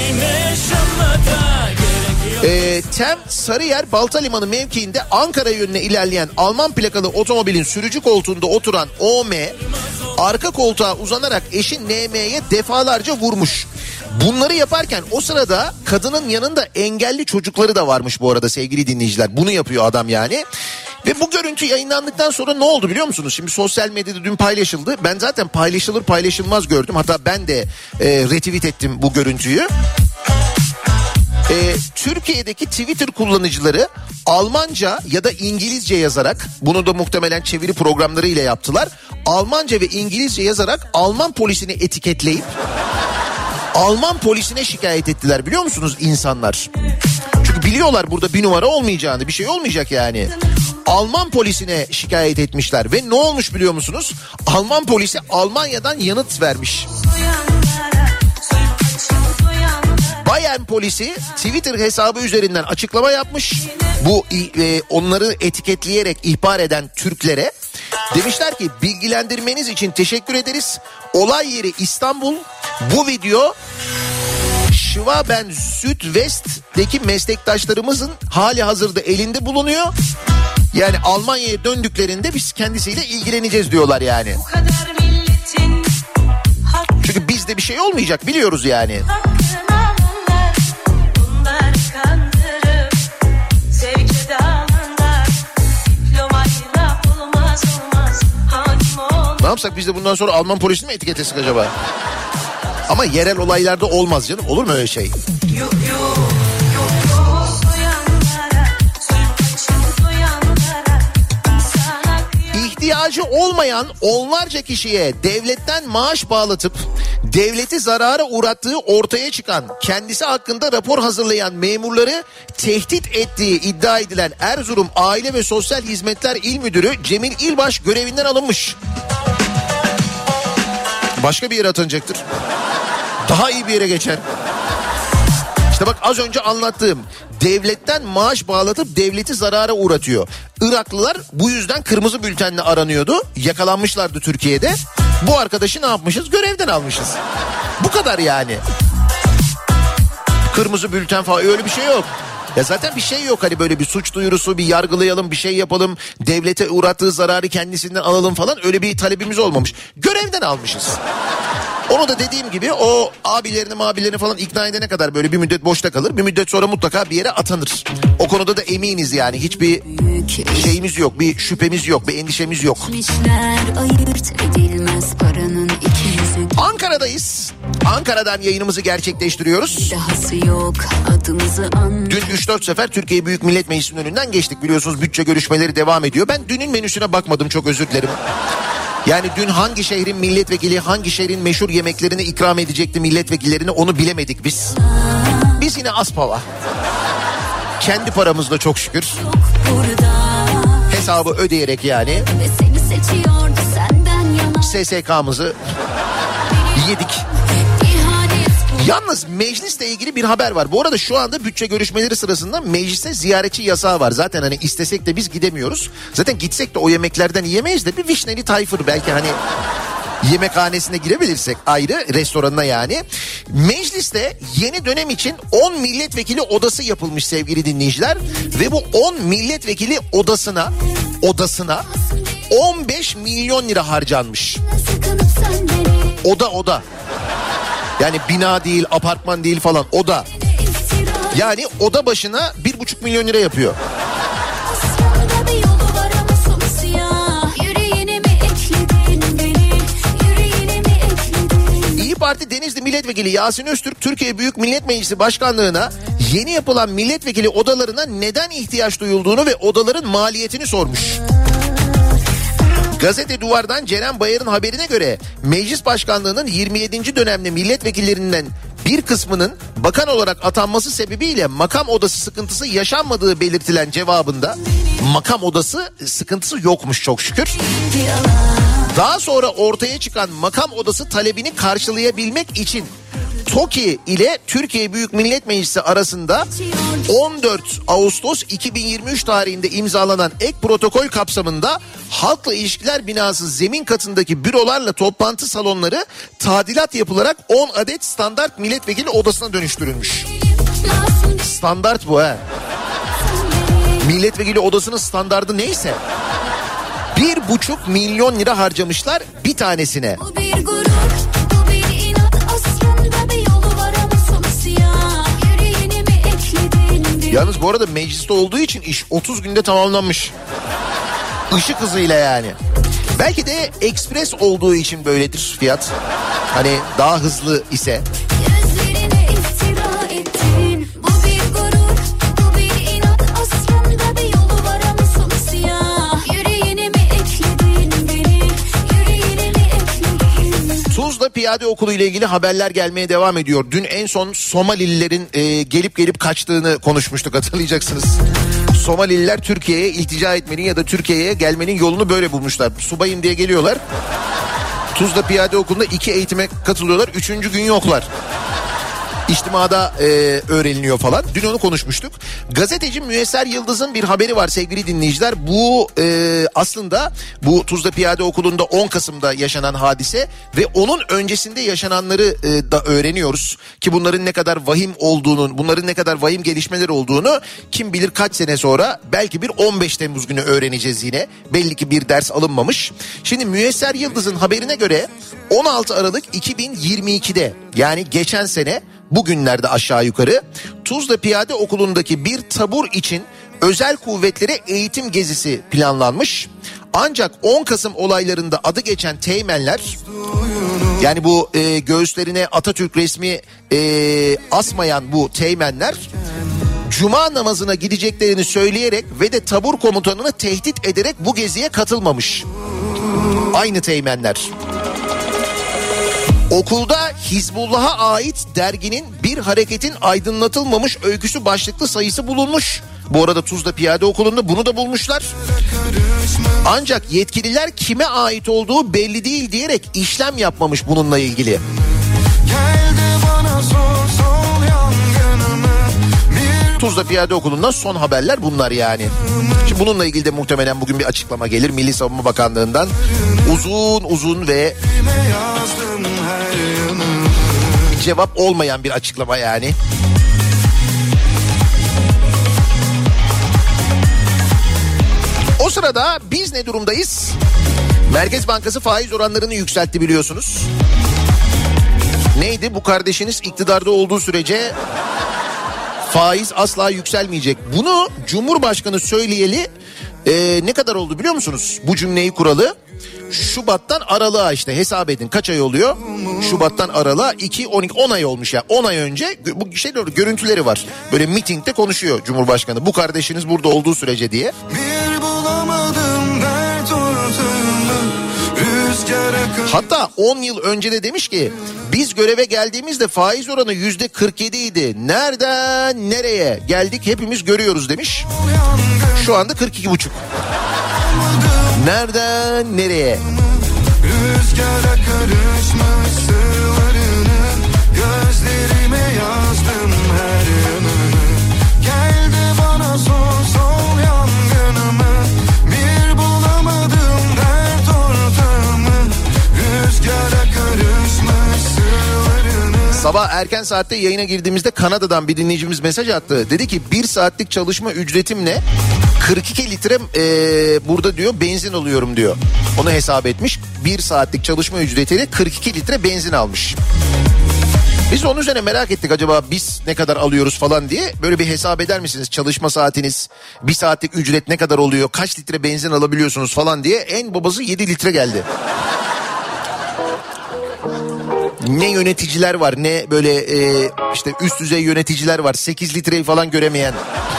Speaker 2: E, Tem Sarıyer Balta Limanı mevkiinde Ankara yönüne ilerleyen Alman plakalı otomobilin sürücü koltuğunda oturan O M arka koltuğa uzanarak eşi N M'ye defalarca vurmuş. Bunları yaparken o sırada kadının yanında engelli çocukları da varmış bu arada sevgili dinleyiciler. Bunu yapıyor adam yani. Ve bu görüntü yayınlandıktan sonra ne oldu biliyor musunuz? Şimdi sosyal medyada dün paylaşıldı. Ben zaten paylaşılır paylaşılmaz gördüm. Hatta ben de e, retweet ettim bu görüntüyü. Ee, Türkiye'deki Twitter kullanıcıları Almanca ya da İngilizce yazarak, bunu da muhtemelen çeviri programları ile yaptılar. Almanca ve İngilizce yazarak Alman polisini etiketleyip Alman polisine şikayet ettiler biliyor musunuz insanlar? Çünkü biliyorlar burada bir numara olmayacağını, bir şey olmayacak yani. Alman polisine şikayet etmişler ve ne olmuş biliyor musunuz? Alman polisi Almanya'dan yanıt vermiş. Bayern polisi Twitter hesabı üzerinden açıklama yapmış. Bu e, onları etiketleyerek ihbar eden Türklere demişler ki bilgilendirmeniz için teşekkür ederiz. Olay yeri İstanbul. Bu video Schwaben Südwest'teki meslektaşlarımızın hali hazırda elinde bulunuyor. Yani Almanya'ya döndüklerinde biz kendisiyle ilgileneceğiz diyorlar yani. Çünkü bizde bir şey olmayacak biliyoruz yani. Ne yapsak biz de bundan sonra Alman polisini mi etiketlesek acaba? Ama yerel olaylarda olmaz canım. Olur mu öyle şey? İhtiyacı olmayan onlarca kişiye devletten maaş bağlatıp devleti zarara uğrattığı ortaya çıkan, kendisi hakkında rapor hazırlayan memurları tehdit ettiği iddia edilen Erzurum Aile ve Sosyal Hizmetler İl Müdürü Cemil İlbaş görevinden alınmış. Başka bir yere atanacaktır. Daha iyi bir yere geçer. İşte bak az önce anlattığım, devletten maaş bağlatıp devleti zarara uğratıyor. Iraklılar bu yüzden kırmızı bültenle aranıyordu. Yakalanmışlardı Türkiye'de. Bu arkadaşı ne yapmışız? Görevden almışız. Bu kadar yani. Kırmızı bülten falan öyle bir şey yok. Ya zaten bir şey yok hani böyle bir suç duyurusu, bir yargılayalım, bir şey yapalım, devlete uğrattığı zararı kendisinden alalım falan, öyle bir talebimiz olmamış. Görevden almışız. Onu da dediğim gibi o abilerini mabilerini falan ikna edene kadar böyle bir müddet boşta kalır. Bir müddet sonra mutlaka bir yere atanır. O konuda da eminiz yani, hiçbir şeyimiz yok, bir şüphemiz yok, bir endişemiz yok. Ankara'dayız. Ankara'dan yayınımızı gerçekleştiriyoruz.
Speaker 7: Yok,
Speaker 2: dün üç dört sefer Türkiye Büyük Millet Meclisi'nin önünden geçtik. Biliyorsunuz bütçe görüşmeleri devam ediyor. Ben dünün menüsüne bakmadım, çok özür dilerim. Yani dün hangi şehrin milletvekili hangi şehrin meşhur yemeklerini ikram edecekti milletvekillerine, onu bilemedik biz. Biz yine aspava. Kendi paramızla çok şükür. Hesabı ödeyerek yani. S S K'mızı yedik. Yalnız meclisle ilgili bir haber var. Bu arada şu anda bütçe görüşmeleri sırasında meclise ziyaretçi yasağı var. Zaten hani istesek de biz gidemiyoruz. Zaten gitsek de o yemeklerden yiyemeyiz de bir Vişneli Tayfur belki hani yemekhanesine girebilirsek ayrı, restoranına yani. Mecliste yeni dönem için on milletvekili odası yapılmış sevgili dinleyiciler. Ve bu on milletvekili odasına odasına on beş milyon lira harcanmış. Oda oda. Yani bina değil, apartman değil falan, oda. Yani oda başına bir buçuk milyon lira yapıyor. İyi Parti Denizli Milletvekili Yasin Öztürk, Türkiye Büyük Millet Meclisi Başkanlığı'na yeni yapılan milletvekili odalarına neden ihtiyaç duyulduğunu ve odaların maliyetini sormuş. Gazete Duvar'dan Ceren Bayar'ın haberine göre Meclis Başkanlığı'nın yirmi yedinci dönemde milletvekillerinden bir kısmının bakan olarak atanması sebebiyle makam odası sıkıntısı yaşanmadığı belirtilen cevabında makam odası sıkıntısı yokmuş çok şükür. Daha sonra ortaya çıkan makam odası talebini karşılayabilmek için TOKİ ile Türkiye Büyük Millet Meclisi arasında on dört Ağustos iki bin yirmi üç tarihinde imzalanan ek protokol kapsamında Halkla İlişkiler Binası zemin katındaki bürolarla toplantı salonları tadilat yapılarak on adet standart milletvekili odasına dönüştürülmüş. Standart bu ha. Milletvekili odasının standardı neyse. Bir buçuk milyon lira harcamışlar bir tanesine. Yalnız bu arada mecliste olduğu için iş otuz günde tamamlanmış. Işık hızıyla yani. Belki de ekspres olduğu için böyledir fiyat. Hani daha hızlı ise. Tuzla Piyade Okulu ile ilgili haberler gelmeye devam ediyor. Dün en son Somalililerin e, gelip gelip kaçtığını konuşmuştuk, hatırlayacaksınız. Somalililer Türkiye'ye iltica etmenin ya da Türkiye'ye gelmenin yolunu böyle bulmuşlar. Subayım diye geliyorlar. Tuzla Piyade Okulu'nda iki eğitime katılıyorlar. Üçüncü gün yoklar. İçtimada e, öğreniliyor falan. Dün onu konuşmuştuk. Gazeteci Müyesser Yıldız'ın bir haberi var sevgili dinleyiciler. Bu e, aslında bu Tuzla Piyade Okulu'nda on Kasım'da yaşanan hadise ve onun öncesinde yaşananları e, da öğreniyoruz. Ki bunların ne kadar vahim olduğunu, bunların ne kadar vahim gelişmeler olduğunu kim bilir kaç sene sonra, belki bir on beş Temmuz günü öğreneceğiz yine. Belli ki bir ders alınmamış. Şimdi Müyesser Yıldız'ın haberine göre on altı Aralık iki bin yirmi ikide yani geçen sene bugünlerde aşağı yukarı Tuzla Piyade Okulu'ndaki bir tabur için özel kuvvetlere eğitim gezisi planlanmış. Ancak on Kasım olaylarında adı geçen teğmenler, yani bu e, göğüslerine Atatürk resmi e, asmayan bu teğmenler Cuma namazına gideceklerini söyleyerek ve de tabur komutanını tehdit ederek bu geziye katılmamış. Aynı teğmenler. Okulda Hizbullah'a ait derginin Bir Hareketin Aydınlatılmamış öyküsü başlıklı sayısı bulunmuş. Bu arada Tuzla Piyade Okulu'nda bunu da bulmuşlar. Ancak yetkililer kime ait olduğu belli değil diyerek işlem yapmamış bununla ilgili. Tuzla Piyade Okulu'ndan son haberler bunlar yani. Şimdi bununla ilgili de muhtemelen bugün bir açıklama gelir Milli Savunma Bakanlığı'ndan. Uzun uzun ve cevap olmayan bir açıklama yani. sırada biz ne durumdayız? Merkez Bankası faiz oranlarını yükseltti biliyorsunuz. Neydi? Bu kardeşiniz iktidarda olduğu sürece faiz asla yükselmeyecek. Bunu Cumhurbaşkanı söyleyeli e, ne kadar oldu biliyor musunuz? Bu cümleyi kuralı. Şubat'tan Aralık'a işte hesap edin kaç ay oluyor? Şubat'tan Aralık'a iki on iki on ay olmuş ya. on ay önce bu şey görüntüleri var. Böyle mitingde konuşuyor Cumhurbaşkanı. Bu kardeşiniz burada olduğu sürece diye. Bir bulamadım dert ortamı, rüzgara... Hatta on yıl önce de demiş ki biz göreve geldiğimizde faiz oranı yüzde kırk yedi idi. Nereden nereye geldik hepimiz görüyoruz demiş. Şu anda kırk iki buçuk. Nereden nereye? Rüzgara karışmış sırlarını, gözlerime yazdım her yanını. Geldi bana son son yangınımı, bir bulamadım dert ortamı. Rüzgara karışmış sırlarını. Sabah erken saatte yayına girdiğimizde Kanada'dan bir dinleyicimiz mesaj attı. Dedi ki bir saatlik çalışma ücretimle kırk iki litre e, burada diyor benzin alıyorum diyor. Onu hesap etmiş. Bir saatlik çalışma ücretiyle kırk iki litre benzin almış. Biz onun üzerine merak ettik acaba biz ne kadar alıyoruz falan diye. Böyle bir hesap eder misiniz? Çalışma saatiniz, bir saatlik ücret ne kadar oluyor? Kaç litre benzin alabiliyorsunuz falan diye. En babası yedi litre geldi. Ne yöneticiler var ne böyle e, işte üst düzey yöneticiler var. sekiz litreyi falan göremeyen.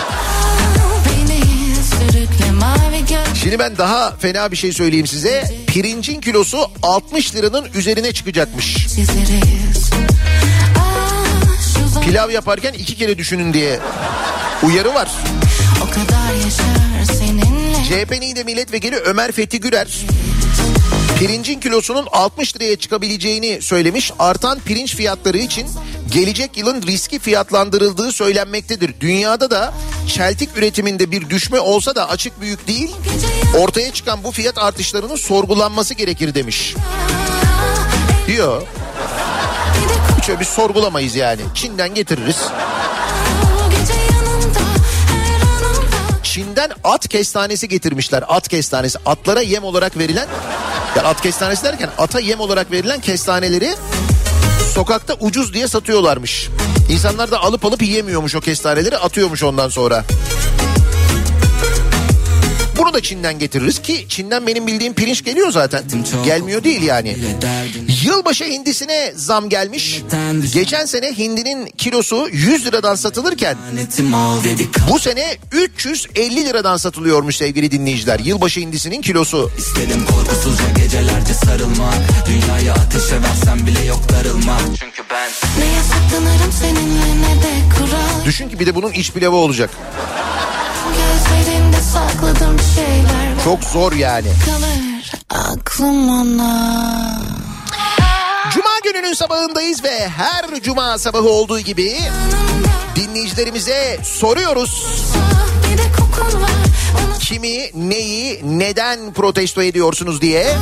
Speaker 2: Şimdi ben daha fena bir şey söyleyeyim size. Pirincin kilosu altmış liranın üzerine çıkacakmış. Pilav yaparken iki kere düşünün diye uyarı var. C H P Niğde Milletvekili Ömer Fethi Gürer pirincin kilosunun altmış liraya çıkabileceğini söylemiş. Artan pirinç fiyatları için gelecek yılın riski fiyatlandırıldığı söylenmektedir. Dünyada da çeltik üretiminde bir düşme olsa da açık büyük değil. Ortaya çıkan bu fiyat artışlarının sorgulanması gerekir demiş. Diyor. Hiç öyle bir sorgulamayız yani. Çin'den getiririz. Çin'den at kestanesi getirmişler. At kestanesi. Atlara yem olarak verilen... Yani at kestanesi derken ata yem olarak verilen kestaneleri sokakta ucuz diye satıyorlarmış. İnsanlar da alıp alıp yiyemiyormuş o kestaneleri, atıyormuş ondan sonra. Bunu da Çin'den getiririz ki Çin'den benim bildiğim pirinç geliyor zaten. Gelmiyor değil yani. Yılbaşı hindisine zam gelmiş. Geçen sene hindinin kilosu yüz liradan satılırken bu sene üç yüz elli liradan satılıyormuş sevgili dinleyiciler. Yılbaşı hindisinin kilosu. İstedim korkusuzca gecelerce sarılmak. Dünyayı ateşe versem bile yok darılmak. Çünkü ben neye saklanırım seninle ne de kural. Düşün ki bir de bunun iç pilavı olacak. Gözlerinde sakladığım şeyler var. Çok zor yani. Kalır aklım ona. Cuma gününün sabahındayız ve her cuma sabahı olduğu gibi dinleyicilerimize soruyoruz. Kimi, neyi, neden protesto ediyorsunuz diye.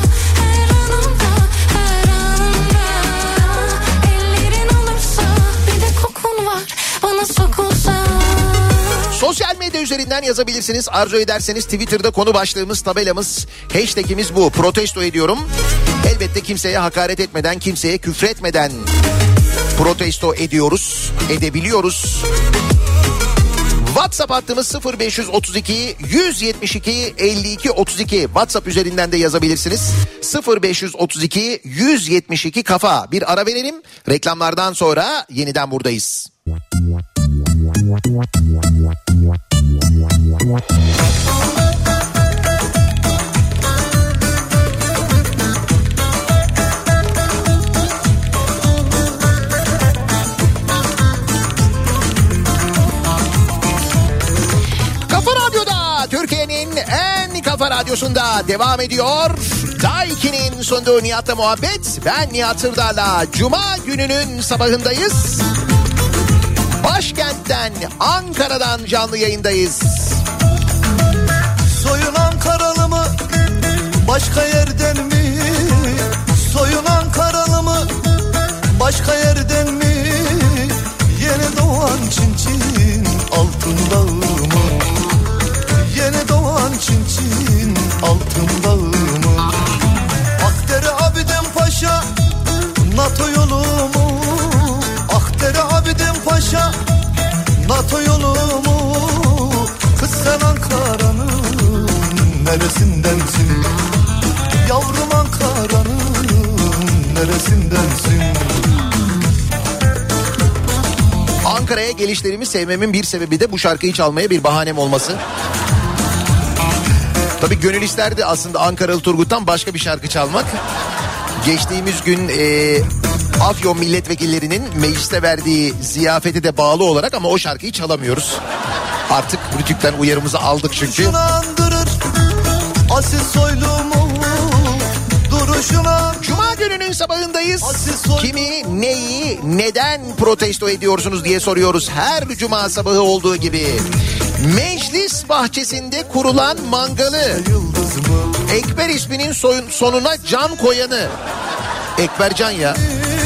Speaker 2: Sosyal medya üzerinden yazabilirsiniz. Arzu ederseniz Twitter'da konu başlığımız, tabelamız, hashtagimiz bu. Protesto ediyorum. Elbette kimseye hakaret etmeden, kimseye küfretmeden protesto ediyoruz, edebiliyoruz. WhatsApp hattımız sıfır beş otuz iki yüz yetmiş iki elli iki otuz iki. WhatsApp üzerinden de yazabilirsiniz. sıfır beş otuz iki yüz yetmiş iki kafa. Bir ara verelim. Reklamlardan sonra yeniden buradayız. Kafa Radyo'da, Türkiye'nin en kafa radyosunda devam ediyor. Daiki'nin sunduğu Nihat'la muhabbet. Ben Nihat Sırdar'la Cuma gününün sabahındayız. Başkentten, Ankara'dan canlı yayındayız.
Speaker 7: Soyun Ankaralı mı? Başka yerden mi? Soyun Ankaralı mı? Başka yerden mi? Yeni doğan çin çin altın dağı mı? Yeni doğan çin çin neresindensin? Yavrum Ankara'nın neresindensin?
Speaker 2: Ankara'ya gelişlerimi sevmemin bir sebebi de bu şarkıyı çalmaya bir bahanem olması. Tabii gönül isterdi aslında Ankaralı Turgut'tan başka bir şarkı çalmak. Geçtiğimiz gün e, Afyon milletvekillerinin mecliste verdiği ziyafete de bağlı olarak ama o şarkıyı çalamıyoruz. Artık Rütük'ten uyarımızı aldık çünkü.
Speaker 7: Asil soylumu duruşuna.
Speaker 2: Cuma gününün sabahındayız. Kimi, neyi, neden protesto ediyorsunuz diye soruyoruz. Her cuma sabahı olduğu gibi. Meclis bahçesinde kurulan mangalı. Ekber isminin soyun, sonuna can koyanı. Ekbercan ya.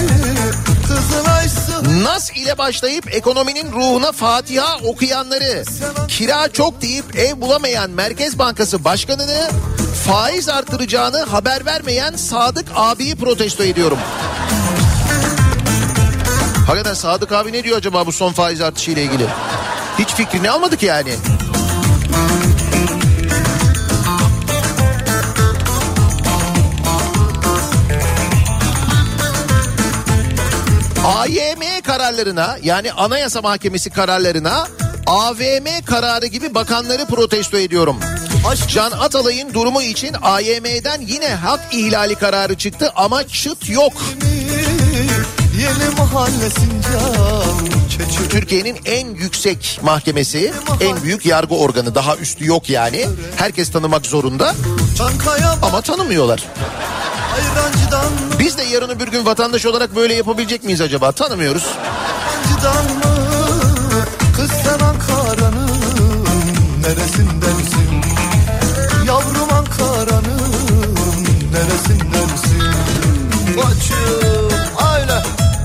Speaker 2: Nas ile başlayıp ekonominin ruhuna Fatiha okuyanları, kira çok deyip ev bulamayan Merkez Bankası Başkanı'nı, faiz artıracağını haber vermeyen Sadık abiyi protesto ediyorum. Hakikaten Sadık abi ne diyor acaba bu son faiz artışı ile ilgili? Hiç fikrini almadık yani. A Y M kararlarına, yani Anayasa Mahkemesi kararlarına A V M kararı gibi bakanları protesto ediyorum. Can Atalay'ın durumu için A Y M'den yine hak ihlali kararı çıktı ama çıt yok. Türkiye'nin en yüksek mahkemesi, en büyük yargı organı, daha üstü yok yani. Herkes tanımak zorunda ama tanımıyorlar. Biz de yarın öbür gün vatandaş olarak böyle yapabilecek miyiz acaba? Tanımıyoruz.
Speaker 7: Kız sen Ankara'nın neresindensin? Yavrum Ankara'nın neresindensin? Bacım aile.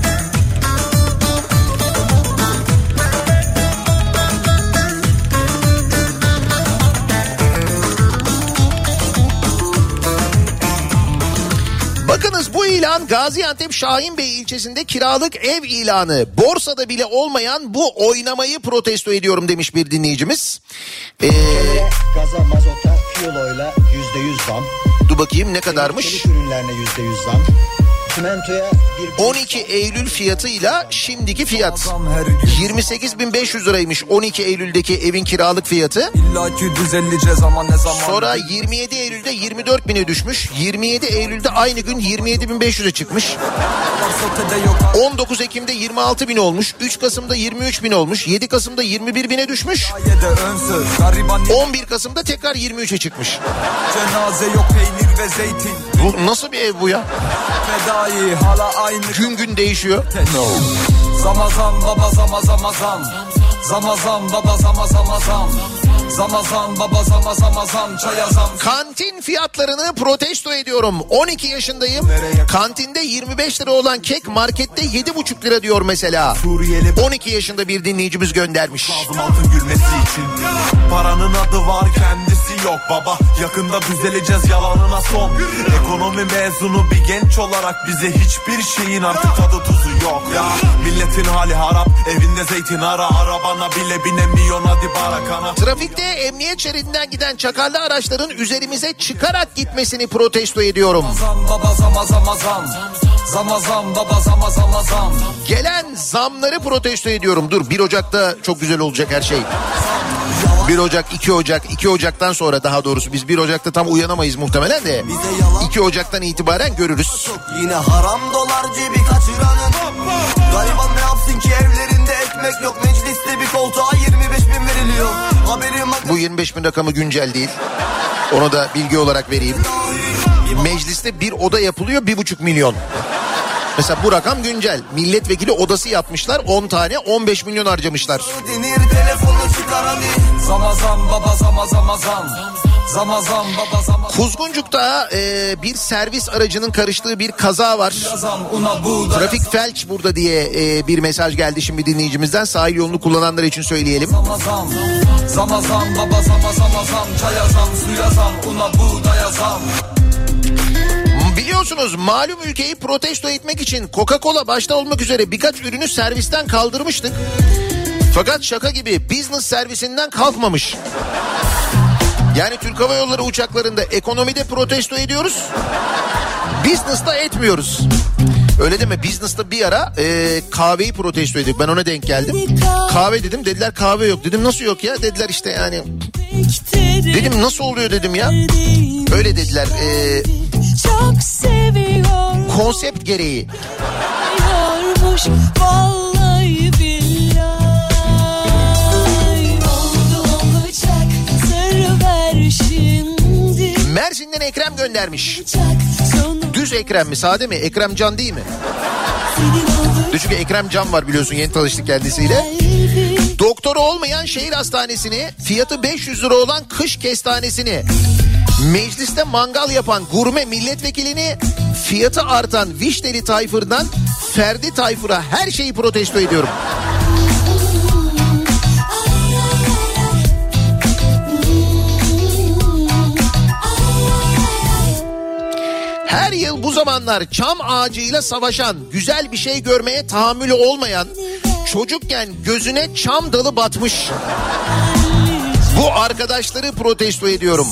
Speaker 2: Bakınız bu ilan Gaziantep Şahinbey ilçesinde kiralık ev ilanı. Borsada bile olmayan bu oynamayı protesto ediyorum demiş bir dinleyicimiz. Ee,
Speaker 8: Gaza, mazota, fiyoloyla yüzde yüz zam.
Speaker 2: Dur bakayım ne kadarmış?
Speaker 8: Çelik ürünlerine yüzde yüz zam. Çimentoya
Speaker 2: on iki Eylül fiyatıyla şimdiki fiyat yirmi sekiz bin beş yüz liraymış on iki Eylül'deki evin kiralık fiyatı. Sonra yirmi yedi Eylül'de yirmi dört bine düşmüş. yirmi yedi Eylül'de aynı gün yirmi yedi bin beş yüze çıkmış. on dokuz Ekim'de yirmi altı bin olmuş. üç Kasım'da yirmi üç bin olmuş. yedi Kasım'da yirmi bir bine düşmüş. on bir Kasım'da tekrar yirmi üçe çıkmış.
Speaker 4: Cenaze yok, peynir ve zeytin.
Speaker 2: Bu nasıl bir ev bu ya?
Speaker 4: Fedai hala aynı.
Speaker 2: Gün gün değişiyor.
Speaker 4: Zamazam baba zamazam zam. Zamazam baba zamazam zam. Zamazam baba zamazam zam. Çaya zam.
Speaker 2: Kantin fiyatlarını protesto ediyorum. on iki yaşındayım. Kantinde yirmi beş lira olan kek markette yedi buçuk lira diyor mesela. on iki yaşında bir dinleyicimiz göndermiş.
Speaker 9: Lazım altın gülmesi için. Paranın adı var, kendisi yok baba. Yakında düzeleceğiz, yalanına son. Ekonomi mezunu bir genç olarak bize hiçbir şeyin artık tadı tuzu yok ya. Milletin hali harap, evinde zeytin ara. Arabana bile binemiyor, hadi barakana.
Speaker 2: Trafikte emniyet şeridinden giden çakarlı araçların üzerimize çıkarak gitmesini protesto ediyorum. Gelen zamları protesto ediyorum. Dur, bir Ocak'ta çok güzel olacak her şey. bir Ocak, iki Ocak, iki Ocak'tan sonra daha doğrusu biz bir Ocak'ta tam uyanamayız muhtemelen de. iki Ocak'tan itibaren görürüz.
Speaker 7: Yine haram dolar cebi kaçıranın. Gariban ne yapsın ki evlerinde ekmek yok. Mecliste bir koltuğa yirmi beş bin veriliyor. Haberim bak.
Speaker 2: Bu yirmi beş bin rakamı güncel değil. Onu da bilgi olarak vereyim. Mecliste bir oda yapılıyor, bir buçuk milyon. Mesela bu rakam güncel. Milletvekili odası yapmışlar, on tane, on beş milyon harcamışlar. Kuzguncuk'ta e, bir servis aracının karıştığı bir kaza var. Trafik felç burada diye e, bir mesaj geldi şimdi dinleyicimizden. Sahil yolunu kullananlar için söyleyelim. Biliyorsunuz malum ülkeyi protesto etmek için Coca-Cola başta olmak üzere birkaç ürünü servisten kaldırmıştık. Fakat şaka gibi business servisinden kalkmamış. Yani Türk Hava Yolları uçaklarında ekonomide protesto ediyoruz. Business'ta etmiyoruz. Öyle deme, business'ta bir ara e, kahveyi protesto ediyorduk. Ben ona denk geldim. Kahve dedim, dediler kahve yok. Dedim nasıl yok ya? Dediler işte yani. Dedim nasıl oluyor dedim ya. Öyle dediler. E,
Speaker 5: Çok seviyor.
Speaker 2: konsept gereği.
Speaker 5: Vallahi billahi oldu olacak, sır ver şimdi.
Speaker 2: Mersin'den Ekrem göndermiş. Düz Ekrem mi, sade mi? Ekrem Can değil mi? Çünkü Ekrem Can var biliyorsun, yeni tanıştık kendisiyle. Doktoru olmayan şehir hastanesini, fiyatı beş yüz lira olan kış kestanesini, mecliste mangal yapan gurme milletvekilini, fiyatı artan Vişneli Tayfır'dan Ferdi Tayfır'a her şeyi protesto ediyorum. Her yıl bu zamanlar çam ağacıyla savaşan, güzel bir şey görmeye tahammülü olmayan, çocukken gözüne çam dalı batmış bu arkadaşları protesto ediyorum.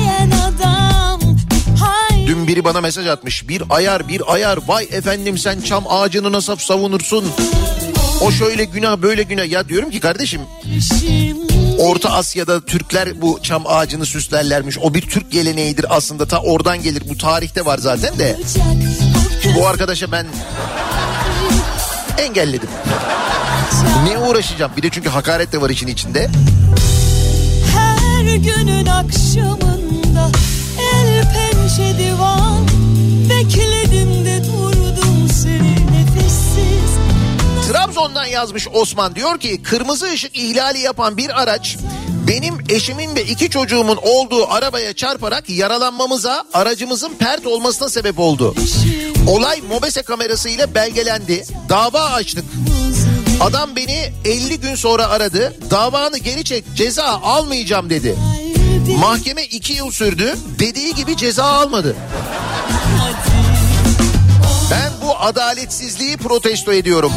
Speaker 2: Dün biri bana mesaj atmış. Bir ayar bir ayar, vay efendim sen çam ağacını nasıl savunursun? O şöyle günah böyle günah. Ya diyorum ki kardeşim, Orta Asya'da Türkler bu çam ağacını süslerlermiş. O bir Türk geleneğidir aslında, ta oradan gelir. Bu tarihte var zaten de. Bu arkadaşa ben engelledim. Ne uğraşacağım? Bir de çünkü hakaret de var işin içinde.
Speaker 5: Her günün akşamında el pençe divan, bekledim de durdum seni nefessiz.
Speaker 2: Trabzon'dan yazmış Osman, diyor ki kırmızı ışık ihlali yapan bir araç benim eşimin ve iki çocuğumun olduğu arabaya çarparak yaralanmamıza, aracımızın pert olmasına sebep oldu. Olay MOBESE kamerasıyla belgelendi. Dava açtık. Adam beni elli gün sonra aradı. Davanı geri çek, ceza almayacağım dedi. Mahkeme iki yıl sürdü. Dediği gibi ceza almadı. Ben bu adaletsizliği protesto ediyorum.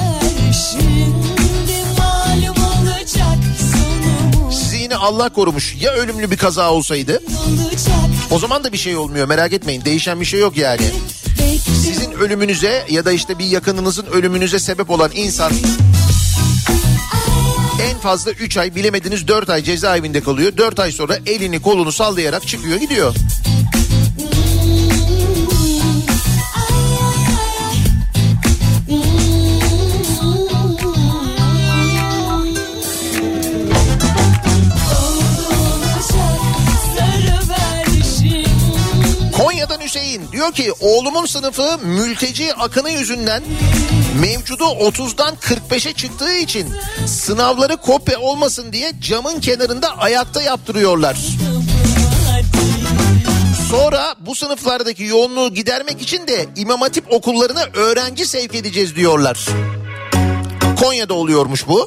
Speaker 2: Sizi yine Allah korumuş. Ya ölümlü bir kaza olsaydı? O zaman da bir şey olmuyor, merak etmeyin. Değişen bir şey yok yani. Sizin ölümünüze ya da işte bir yakınınızın ölümünüze sebep olan insan en fazla üç ay, bilemediniz dört ay cezaevinde kalıyor. dört ay sonra elini kolunu sallayarak çıkıyor gidiyor. Konya'dan Hüseyin diyor ki oğlumun sınıfı mülteci akını yüzünden mevcudu otuzdan kırk beşe çıktığı için sınavları kopya olmasın diye camın kenarında ayakta yaptırıyorlar. Sonra bu sınıflardaki yoğunluğu gidermek için de İmam Hatip okullarına öğrenci sevk edeceğiz diyorlar. Konya'da oluyormuş bu.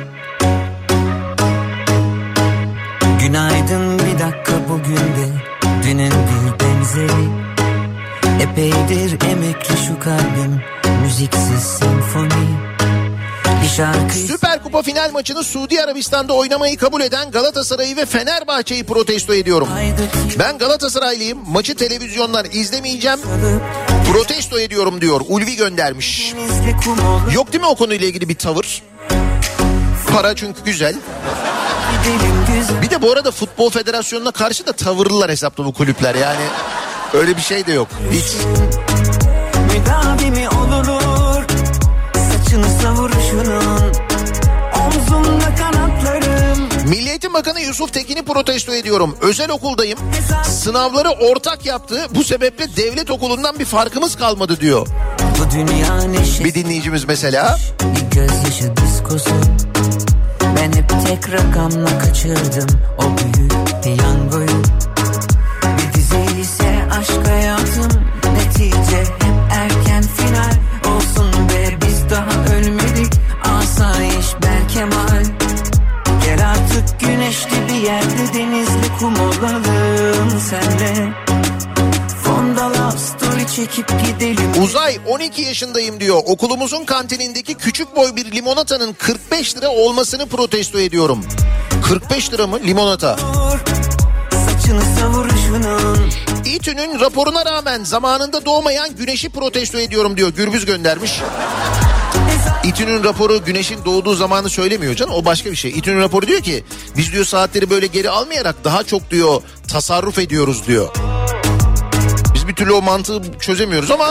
Speaker 10: Günaydın, bir dakika bugün de dünün bir benzeri. Epeydir emekli şu kalbim, müziksiz senfoni.
Speaker 2: Süper Kupa final maçını Suudi Arabistan'da oynamayı kabul eden Galatasaray'ı ve Fenerbahçe'yi protesto ediyorum. Ben Galatasaraylıyım, maçı televizyondan izlemeyeceğim, protesto ediyorum diyor. Ulvi göndermiş. Yok değil mi o konuyla ilgili bir tavır? Para çünkü güzel. Bir de bu arada Futbol Federasyonu'na karşı da tavırlılar hesapta bu kulüpler, yani öyle bir şey de yok hiç.
Speaker 10: Müdavimi olur, saçını savuruşunun, omzumda kanatlarım.
Speaker 2: Milli Eğitim Bakanı Yusuf Tekin'i protesto ediyorum. Özel okuldayım, sınavları ortak yaptı, bu sebeple devlet okulundan bir farkımız kalmadı diyor.
Speaker 10: Bu dünya neşesi,
Speaker 2: bir dinleyicimiz mesela.
Speaker 10: Bir gözyaşı diskosu. Ben hep tek rakamla kaçırdım o büyük piyangoyu. Bir dizi ise aşk hayatım, netice hep erken final. Olsun be, biz daha ölmedik, asayiş Berkemal. Gel artık güneşli bir yerde, denizli kum olalım senle. Fonda story çekip gidelim.
Speaker 2: Uzay on iki yaşındayım diyor. Okulumuzun kantinindeki küçük boy bir limonatanın kırk beş lira olmasını protesto ediyorum. kırk beş lira mı limonata?
Speaker 10: saçını savuruşunun.
Speaker 2: İTÜ'nün raporuna rağmen zamanında doğmayan güneşi protesto ediyorum diyor. Gürbüz göndermiş. İTÜ'nün raporu güneşin doğduğu zamanı söylemiyor canım, o başka bir şey. İTÜ'nün raporu diyor ki biz diyor saatleri böyle geri almayarak daha çok diyor tasarruf ediyoruz diyor. Biz bir türlü o mantığı çözemiyoruz ama...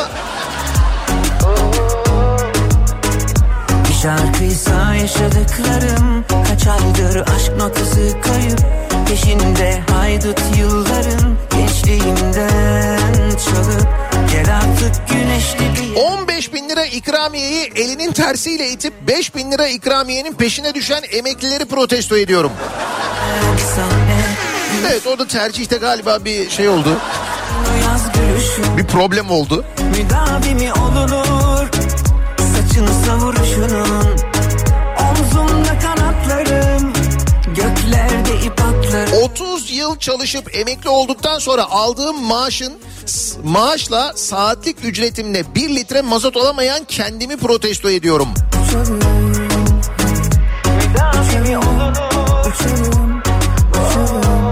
Speaker 10: Bir şarkıysa yaşadıklarım, kaç aydır aşk notası kayıp, peşinde haydut yılların, gençliğimden çalıp gel artık güneşli bir...
Speaker 2: on beş bin lira ikramiyeyi elinin tersiyle itip beş bin lira ikramiyenin peşine düşen emeklileri protesto ediyorum. Evet, o da tercihte galiba bir şey oldu. Bir problem oldu.
Speaker 10: Müdavimi olunur saçını savuruşunun, omzumda kanatlarım, göklerde ip atlarım.
Speaker 2: otuz yıl çalışıp emekli olduktan sonra aldığım maaşın maaşla saatlik ücretimle bir litre mazot alamayan kendimi protesto ediyorum.
Speaker 10: Müdavimi olunur uçurum, uçurum.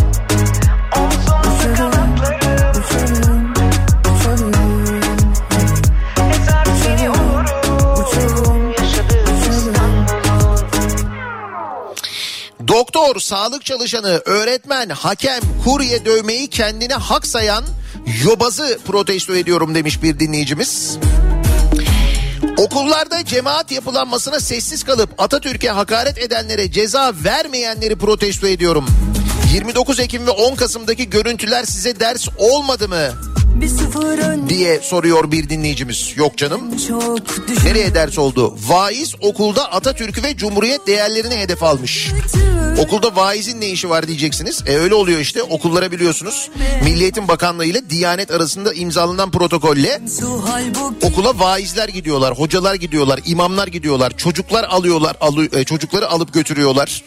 Speaker 2: Doktor, sağlık çalışanı, öğretmen, hakem, kurye dövmeyi kendine hak sayan yobazı protesto ediyorum demiş bir dinleyicimiz. Okullarda cemaat yapılanmasına sessiz kalıp Atatürk'e hakaret edenlere ceza vermeyenleri protesto ediyorum. yirmi dokuz Ekim ve on Kasım'daki görüntüler size ders olmadı mı diye soruyor bir dinleyicimiz. Yok canım. Nereye ders oldu? Vaiz okulda Atatürk'ü ve Cumhuriyet değerlerini hedef almış. Okulda vaizin ne işi var diyeceksiniz. E öyle oluyor işte. Okullara biliyorsunuz Milli Eğitim Bakanlığı ile Diyanet arasında imzalanan protokolle okula vaizler gidiyorlar, hocalar gidiyorlar, imamlar gidiyorlar, çocuklar alıyorlar, alı, çocukları alıp götürüyorlar.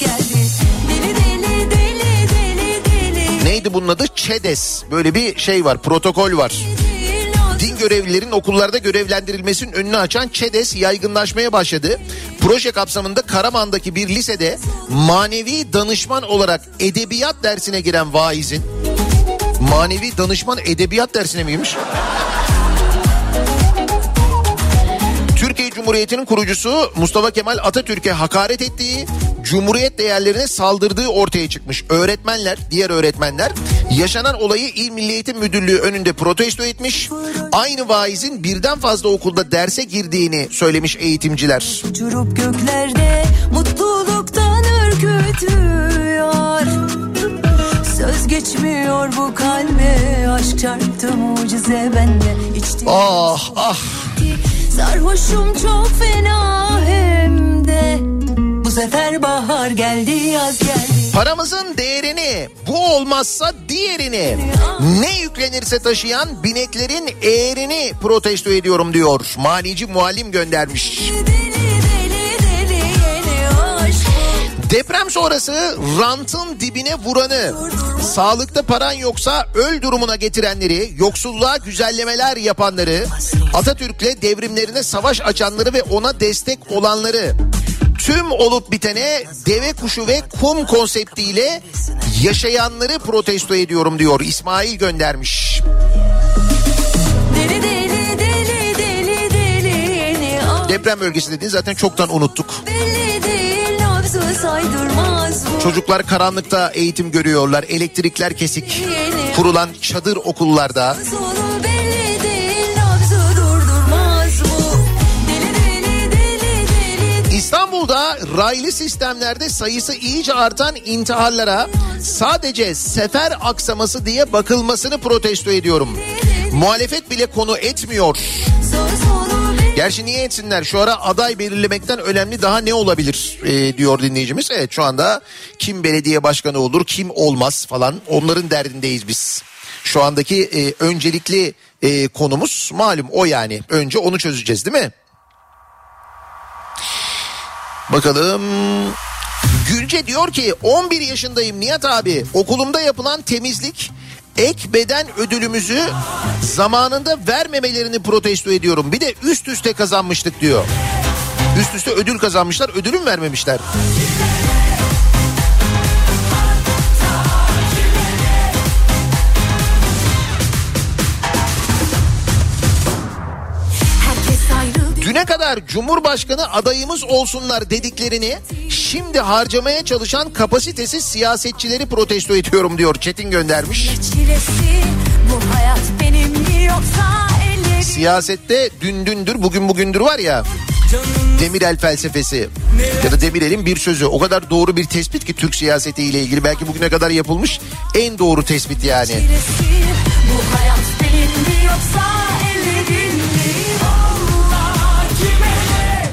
Speaker 2: Neydi bunun adı? ÇEDES. Böyle bir şey var, protokol var. Din görevlilerin okullarda görevlendirilmesinin önünü açan ÇEDES yaygınlaşmaya başladı. Proje kapsamında Karaman'daki bir lisede manevi danışman olarak edebiyat dersine giren vaizin... Manevi danışman edebiyat dersine miymiş? Türkiye Cumhuriyeti'nin kurucusu Mustafa Kemal Atatürk'e hakaret ettiği, Cumhuriyet değerlerine saldırdığı ortaya çıkmış. Öğretmenler, diğer öğretmenler yaşanan olayı İl Milli Eğitim Müdürlüğü önünde protesto etmiş. Aynı vaizin birden fazla okulda derse girdiğini söylemiş eğitimciler.
Speaker 5: Uçurup göklerde mutluluktan ürkütüyor. Söz geçmiyor bu kalbe, aşk çarptı mucize bende. İçtim
Speaker 2: ah ah.
Speaker 5: Sarhoşum çok fena hem de. Bu sefer bahar geldi, yaz geldi.
Speaker 2: Paramızın değerini, bu olmazsa diğerini, ne yüklenirse taşıyan bineklerin eğerini protesto ediyorum diyor. Manici muallim göndermiş. Deprem sonrası rantın dibine vuranı, sağlıkta paran yoksa öl durumuna getirenleri, yoksulluğa güzellemeler yapanları, Atatürk'le devrimlerine savaş açanları ve ona destek olanları, tüm olup bitene deve kuşu ve kum konseptiyle yaşayanları protesto ediyorum diyor. İsmail göndermiş.
Speaker 5: Deli deli deli deli deli.
Speaker 2: Deprem bölgesi dediğin zaten çoktan unuttuk.
Speaker 5: Deli değil, nabzı saydırmaz bu.
Speaker 2: Çocuklar karanlıkta eğitim görüyorlar. Elektrikler kesik. Kurulan çadır okullarda. İstanbul'da raylı sistemlerde sayısı iyice artan intiharlara sadece sefer aksaması diye bakılmasını protesto ediyorum. Muhalefet bile konu etmiyor. Gerçi niye etsinler? Şu ara aday belirlemekten önemli daha ne olabilir e, diyor dinleyicimiz. Evet, şu anda kim belediye başkanı olur, kim olmaz falan, onların derdindeyiz biz. Şu andaki e, öncelikli e, konumuz malum o yani. Önce onu çözeceğiz değil mi? Bakalım. Gülce diyor ki on bir yaşındayım Nihat abi. Okulumda yapılan temizlik ek beden ödülümüzü zamanında vermemelerini protesto ediyorum. Bir de üst üste kazanmıştık diyor. Üst üste ödül kazanmışlar, ödülü mü vermemişler? Düne kadar Cumhurbaşkanı adayımız olsunlar dediklerini şimdi harcamaya çalışan kapasitesiz siyasetçileri protesto ediyorum diyor. Çetin göndermiş.
Speaker 5: Bu hayat benim mi yoksa ellerim...
Speaker 2: Siyasette dün dündür bugün bugündür var ya, Demirel felsefesi ya da Demirel'in bir sözü o kadar doğru bir tespit ki Türk siyasetiyle ilgili belki bugüne kadar yapılmış en doğru tespit yani.
Speaker 5: Bu hayat benim mi yoksa ellerim mi? Allah kime ne?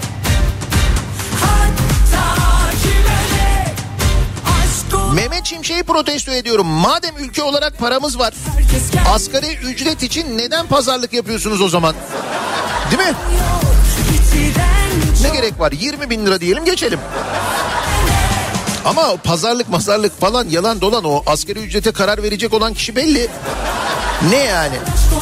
Speaker 5: Hatta kime ne? Aşk
Speaker 2: Mehmet Şimşek'i protesto ediyorum. Madem ülke olarak paramız var, asgari ücret için neden pazarlık yapıyorsunuz o zaman? Değil mi? Ne gerek var? yirmi bin lira diyelim geçelim. Ama pazarlık mazarlık falan yalan dolan, o asgari ücrete karar verecek olan kişi belli. Ne yani?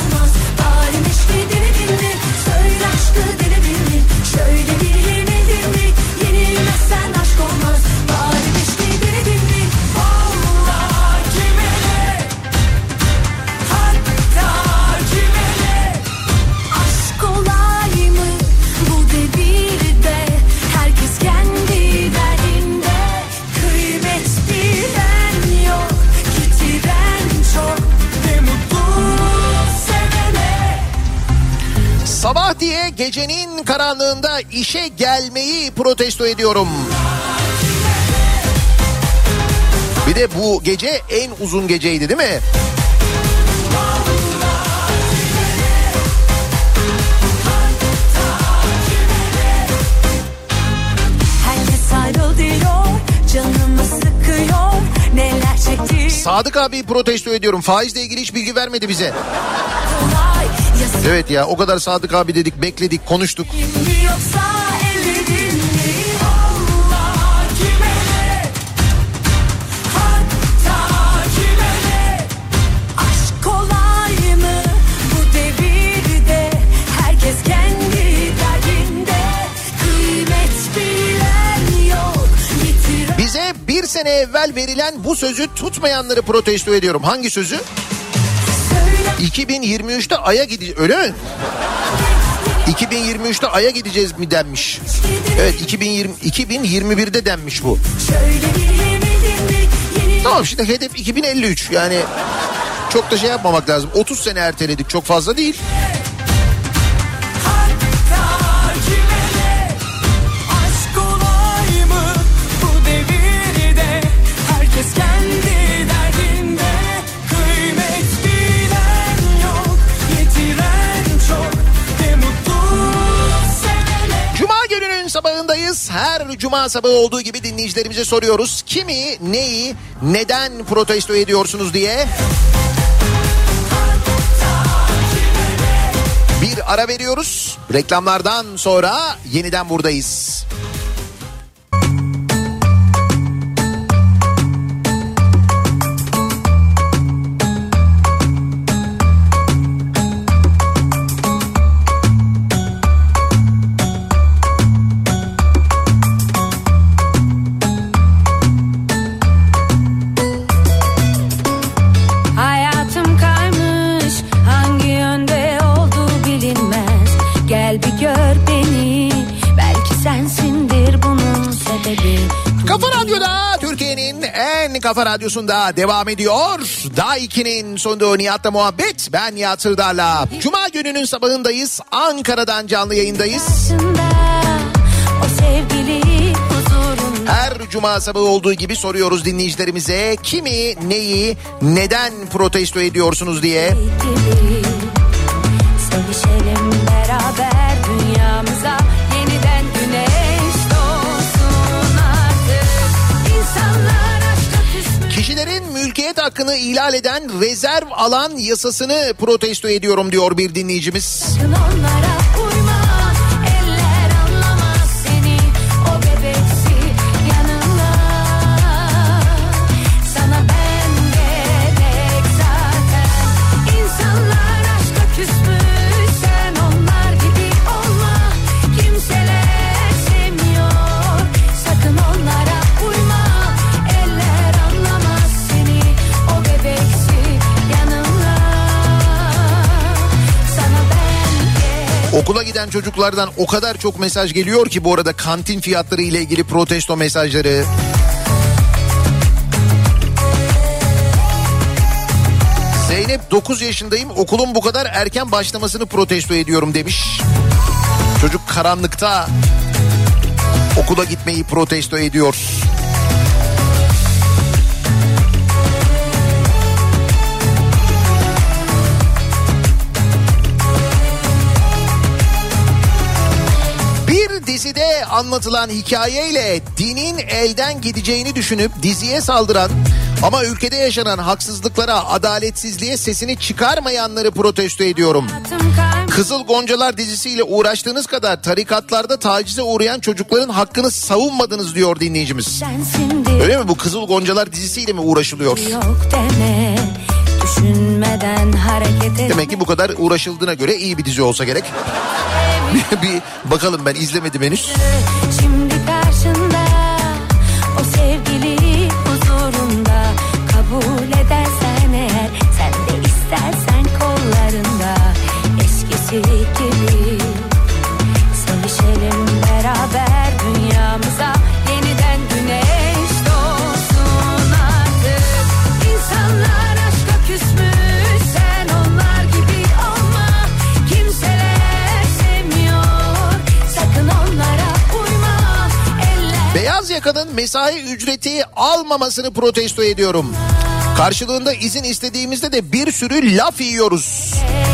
Speaker 2: Sabah diye gecenin karanlığında işe gelmeyi protesto ediyorum. Bir de bu gece en uzun geceydi değil mi? Sadık abi protesto ediyorum. Faizle ilgili hiç bilgi vermedi bize. Evet ya, o kadar Sadık abi dedik, bekledik, konuştuk. Bize bir sene evvel verilen bu sözü tutmayanları protesto ediyorum. Hangi sözü? iki bin yirmi üçte Ay'a gideceğiz, öyle mi? iki bin yirmi üçte Ay'a gideceğiz mi denmiş. Evet, iki bin yirmi, iki bin yirmi birde denmiş bu. Tamam, şimdi hedef iki bin elli üç, yani çok da şey yapmamak lazım. otuz sene erteledik, çok fazla değil. Sabahındayız. Her cuma sabahı olduğu gibi dinleyicilerimize soruyoruz. Kimi, neyi, neden protesto ediyorsunuz diye. Bir ara veriyoruz. Reklamlardan sonra yeniden buradayız. Kafa Radyosu'nda devam ediyor. Daha iki'nin sonunda Nihat'la muhabbet. Ben Nihat Sırdar'la. Cuma gününün sabahındayız. Ankara'dan canlı yayındayız. Her cuma sabahı olduğu gibi soruyoruz dinleyicilerimize. Kimi, neyi, neden protesto ediyorsunuz diye. Sevişelim beraber dünyamıza yeniden güneş doğsun artık. İnsanlar kişilerin mülkiyet hakkını ihlal eden rezerv alan yasasını protesto ediyorum diyor bir dinleyicimiz. Okula giden çocuklardan o kadar çok mesaj geliyor ki bu arada kantin fiyatları ile ilgili protesto mesajları. Zeynep dokuz yaşındayım, okulun bu kadar erken başlamasını protesto ediyorum demiş. Çocuk karanlıkta okula gitmeyi protesto ediyor. Bir dizide anlatılan hikayeyle dinin elden gideceğini düşünüp diziye saldıran ama ülkede yaşanan haksızlıklara, adaletsizliğe sesini çıkarmayanları protesto ediyorum. Kızıl Goncalar dizisiyle uğraştığınız kadar tarikatlarda tacize uğrayan çocukların hakkını savunmadınız diyor dinleyicimiz. Öyle mi, bu Kızıl Goncalar dizisiyle mi uğraşılıyor?
Speaker 5: Yok deme, düşünmeden hareket et.
Speaker 2: Demek ki bu kadar uğraşıldığına göre iyi bir dizi olsa gerek. bir, bir bakalım, ben izlemedim henüz.
Speaker 5: Şimdi karşında o sevgili huzurunda, kabul edersen eğer, sen de istersen kollarında, eskisi gibi sevişelim beraber, dünyamıza yeniden güneş doğsun artık. İnsanlar aşka küsmüş, sen onlar gibi olma, kimseler sevmiyor, sakın onlara uyma. Eller...
Speaker 2: Beyaz yakanın mesai ücreti almamasını protesto ediyorum. Karşılığında izin istediğimizde de bir sürü laf yiyoruz.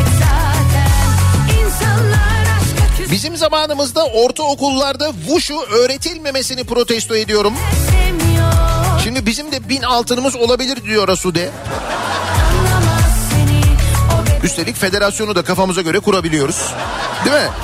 Speaker 2: Bizim zamanımızda ortaokullarda Wushu öğretilmemesini protesto ediyorum. Şimdi bizim de bin altınımız olabilir diyor Asude. Üstelik federasyonu da kafamıza göre kurabiliyoruz. Değil mi?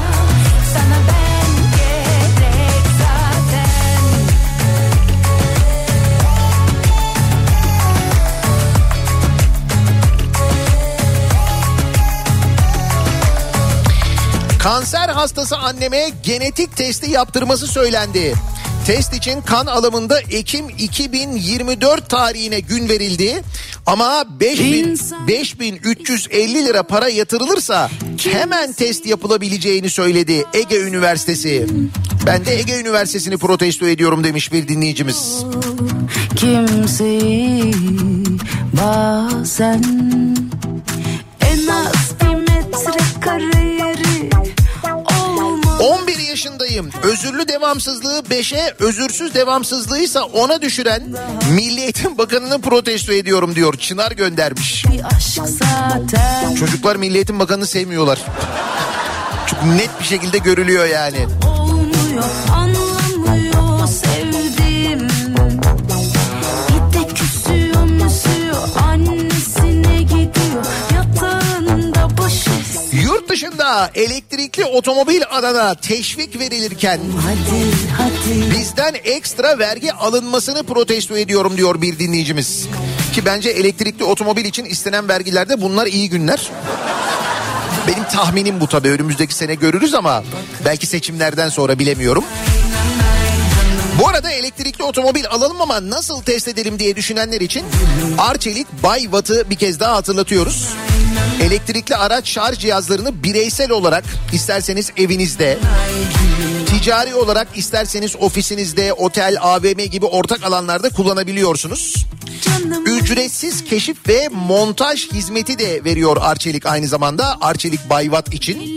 Speaker 2: Kanser hastası anneme genetik testi yaptırması söylendi. Test için kan alımında Ekim iki bin yirmi dört tarihine gün verildi. Ama beş bin üç yüz elli lira para yatırılırsa hemen test yapılabileceğini söyledi Ege Üniversitesi. Ben de Ege Üniversitesi'ni protesto ediyorum demiş bir dinleyicimiz.
Speaker 11: Kimseyi bazen en az bir metrekare yeri
Speaker 2: on bir yaşındayım. Özürlü devamsızlığı beşe, özürsüz devamsızlığıysa ona düşüren Milli Eğitim Bakanı'nı protesto ediyorum diyor. Çınar göndermiş. Çocuklar Milli Eğitim Bakanı'nı sevmiyorlar. Çok net bir şekilde görülüyor yani.
Speaker 11: Olmuyor, anlamıyor sevdiğim. Bir de küsüyor müsüyor, annesine gidiyor, yatağında başı.
Speaker 2: Yurt dışında elektrikli otomobil alana teşvik verilirken
Speaker 11: hadi, hadi.
Speaker 2: bizden ekstra vergi alınmasını protesto ediyorum diyor bir dinleyicimiz. Ki bence elektrikli otomobil için istenen vergilerde bunlar iyi günler. Benim tahminim bu, tabii önümüzdeki sene görürüz ama belki seçimlerden sonra, bilemiyorum. Bu arada elektrikli otomobil alalım ama nasıl test edelim diye düşünenler için Arçelik Bay Watt'ı bir kez daha hatırlatıyoruz. Elektrikli araç şarj cihazlarını bireysel olarak isterseniz evinizde, ticari olarak isterseniz ofisinizde, otel, A V M gibi ortak alanlarda kullanabiliyorsunuz. Ücretsiz keşif ve montaj hizmeti de veriyor Arçelik aynı zamanda, Arçelik Bay Watt için.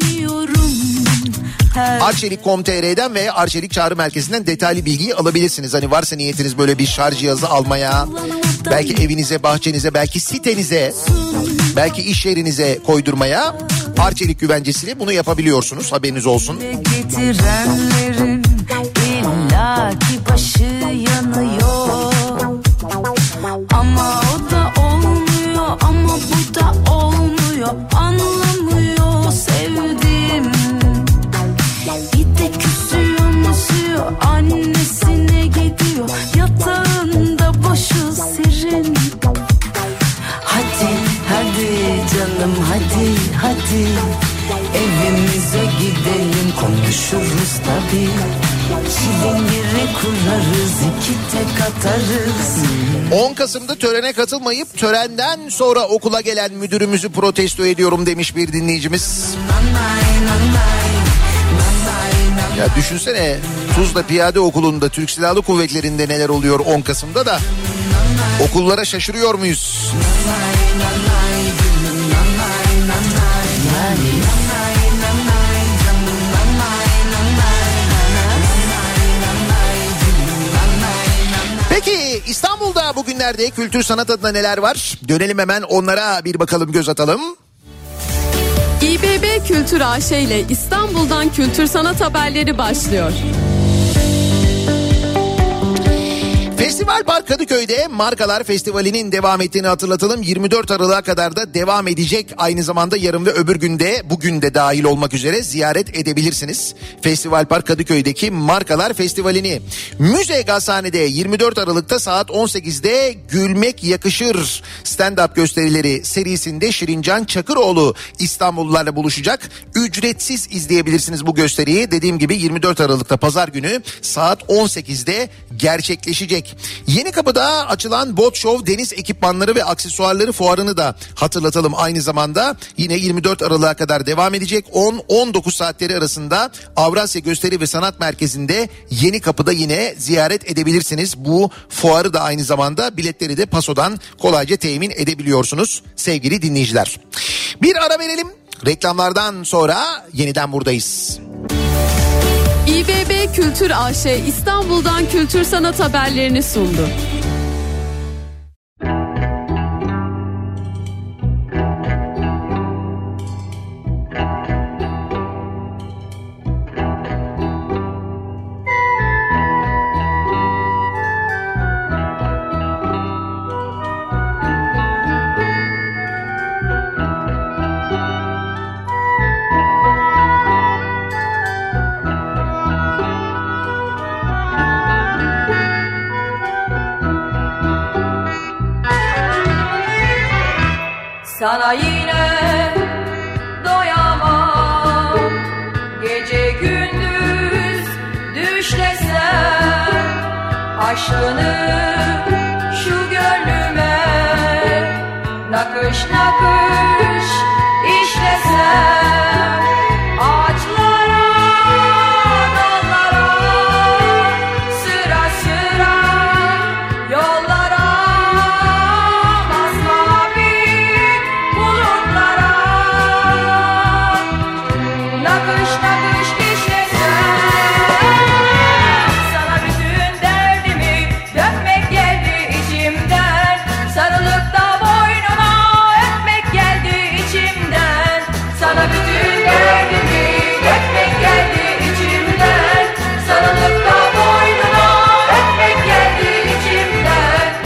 Speaker 2: Arçelik nokta com nokta tr'den ve Arçelik Çağrı Merkezi'nden detaylı bilgiyi alabilirsiniz. Hani varsa niyetiniz böyle bir şarj cihazı almaya, belki evinize, bahçenize, belki sitenize, belki iş yerinize koydurmaya, Arçelik güvencesiyle bunu yapabiliyorsunuz. Haberiniz olsun.
Speaker 11: Getirenlerin illaki başı yanıyor. Ama o da olmuyor, ama bu da olmuyor. Anlamıyor sevdiğim. Bir de küsüyor musuyor, annesine gidiyor, yatağında başı serin. Hadi hadi canım, hadi hadi evimize gidelim, konuşuruz tabii. Çilingiri kurarız, iki tek atarız.
Speaker 2: on Kasım'da törene katılmayıp törenden sonra okula gelen müdürümüzü protesto ediyorum demiş bir dinleyicimiz.
Speaker 11: Nanay nanay.
Speaker 2: Ya düşünsene Tuzla Piyade Okulu'nda Türk Silahlı Kuvvetleri'nde neler oluyor on Kasım'da da okullara şaşırıyor muyuz? Peki İstanbul'da bugünlerde kültür sanat adına neler var? Dönelim hemen onlara bir bakalım, göz atalım.
Speaker 12: İ B B Kültür A Ş ile İstanbul'dan kültür sanat haberleri başlıyor.
Speaker 2: Festival Park Kadıköy'de Markalar Festivali'nin devam ettiğini hatırlatalım. yirmi dört Aralık'a kadar da devam edecek. Aynı zamanda yarın ve öbür günde, bugün de dahil olmak üzere ziyaret edebilirsiniz. Festival Park Kadıköy'deki Markalar Festivali'ni. Müze Gazhane'de yirmi dört Aralık'ta saat on sekizde Gülmek Yakışır stand-up gösterileri serisinde Şirincan Çakıroğlu İstanbullularla buluşacak. Ücretsiz izleyebilirsiniz bu gösteriyi. Dediğim gibi yirmi dört Aralık'ta pazar günü saat on sekizde gerçekleşecek. Yenikapı'da açılan Bot Show deniz ekipmanları ve aksesuarları fuarını da hatırlatalım aynı zamanda. Yine yirmi dört Aralık'a kadar devam edecek. on on dokuz saatleri arasında Avrasya Gösteri ve Sanat Merkezi'nde Yenikapı'da yine ziyaret edebilirsiniz. Bu fuarı da aynı zamanda biletleri de Paso'dan kolayca temin edebiliyorsunuz sevgili dinleyiciler. Bir ara verelim. Reklamlardan sonra yeniden buradayız.
Speaker 12: İ B B Kültür A Ş İstanbul'dan kültür sanat haberlerini sundu.
Speaker 13: Sana yine doyamam, gece gündüz düşlesem, aşkını şu gönlüme nakış nakış işlesem, ağaçlara dallara sıra sıra yollara nakış nakış işlesem, sana bütün derdimi dökmek geldi içimden, sarılıp da boynuna öpmek geldi içimden, sana bütün derdimi dökmek geldi içimden, sarılıp da boynuna öpmek geldi içimden.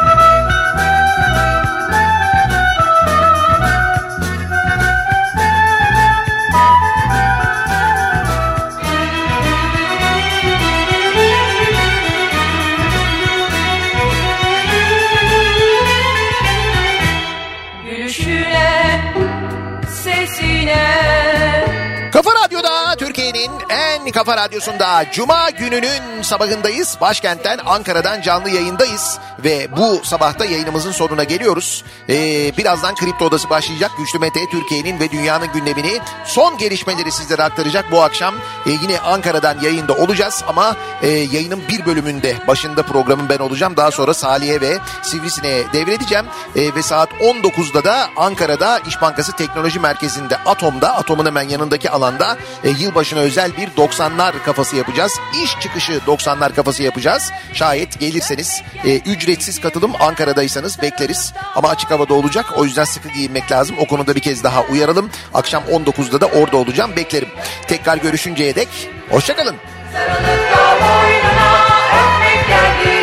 Speaker 2: Kafa Radyo'da, Türkiye'nin en kafa radyosunda Cuma gününün sabahındayız. Başkentten, Ankara'dan canlı yayındayız ve bu sabahta yayınımızın sonuna geliyoruz. Ee, birazdan Kripto Odası başlayacak. Güçlü Mete Türkiye'nin ve dünyanın gündemini, son gelişmeleri sizlere aktaracak. Bu akşam e, yine Ankara'dan yayında olacağız ama e, yayının bir bölümünde başında programın ben olacağım. Daha sonra Salih'e ve Sivrisine'ye devredeceğim. E, ve saat on dokuzda da Ankara'da İş Bankası Teknoloji Merkezi'nde Atom'da, Atom'un hemen yanındaki alanda e, yılbaşına özel bir doksanlar kafası yapacağız. İş çıkışı doksanlar kafası yapacağız. Şayet gelirseniz e, ücretsiz katılım, Ankara'daysanız bekleriz. Ama açık havada olacak, o yüzden sıkı giyinmek lazım. O konuda bir kez daha uyaralım. Akşam on dokuzda da orada olacağım, beklerim. Tekrar görüşünceye dek hoşça kalın.
Speaker 13: Sarılıp da boynuna öpmek geldi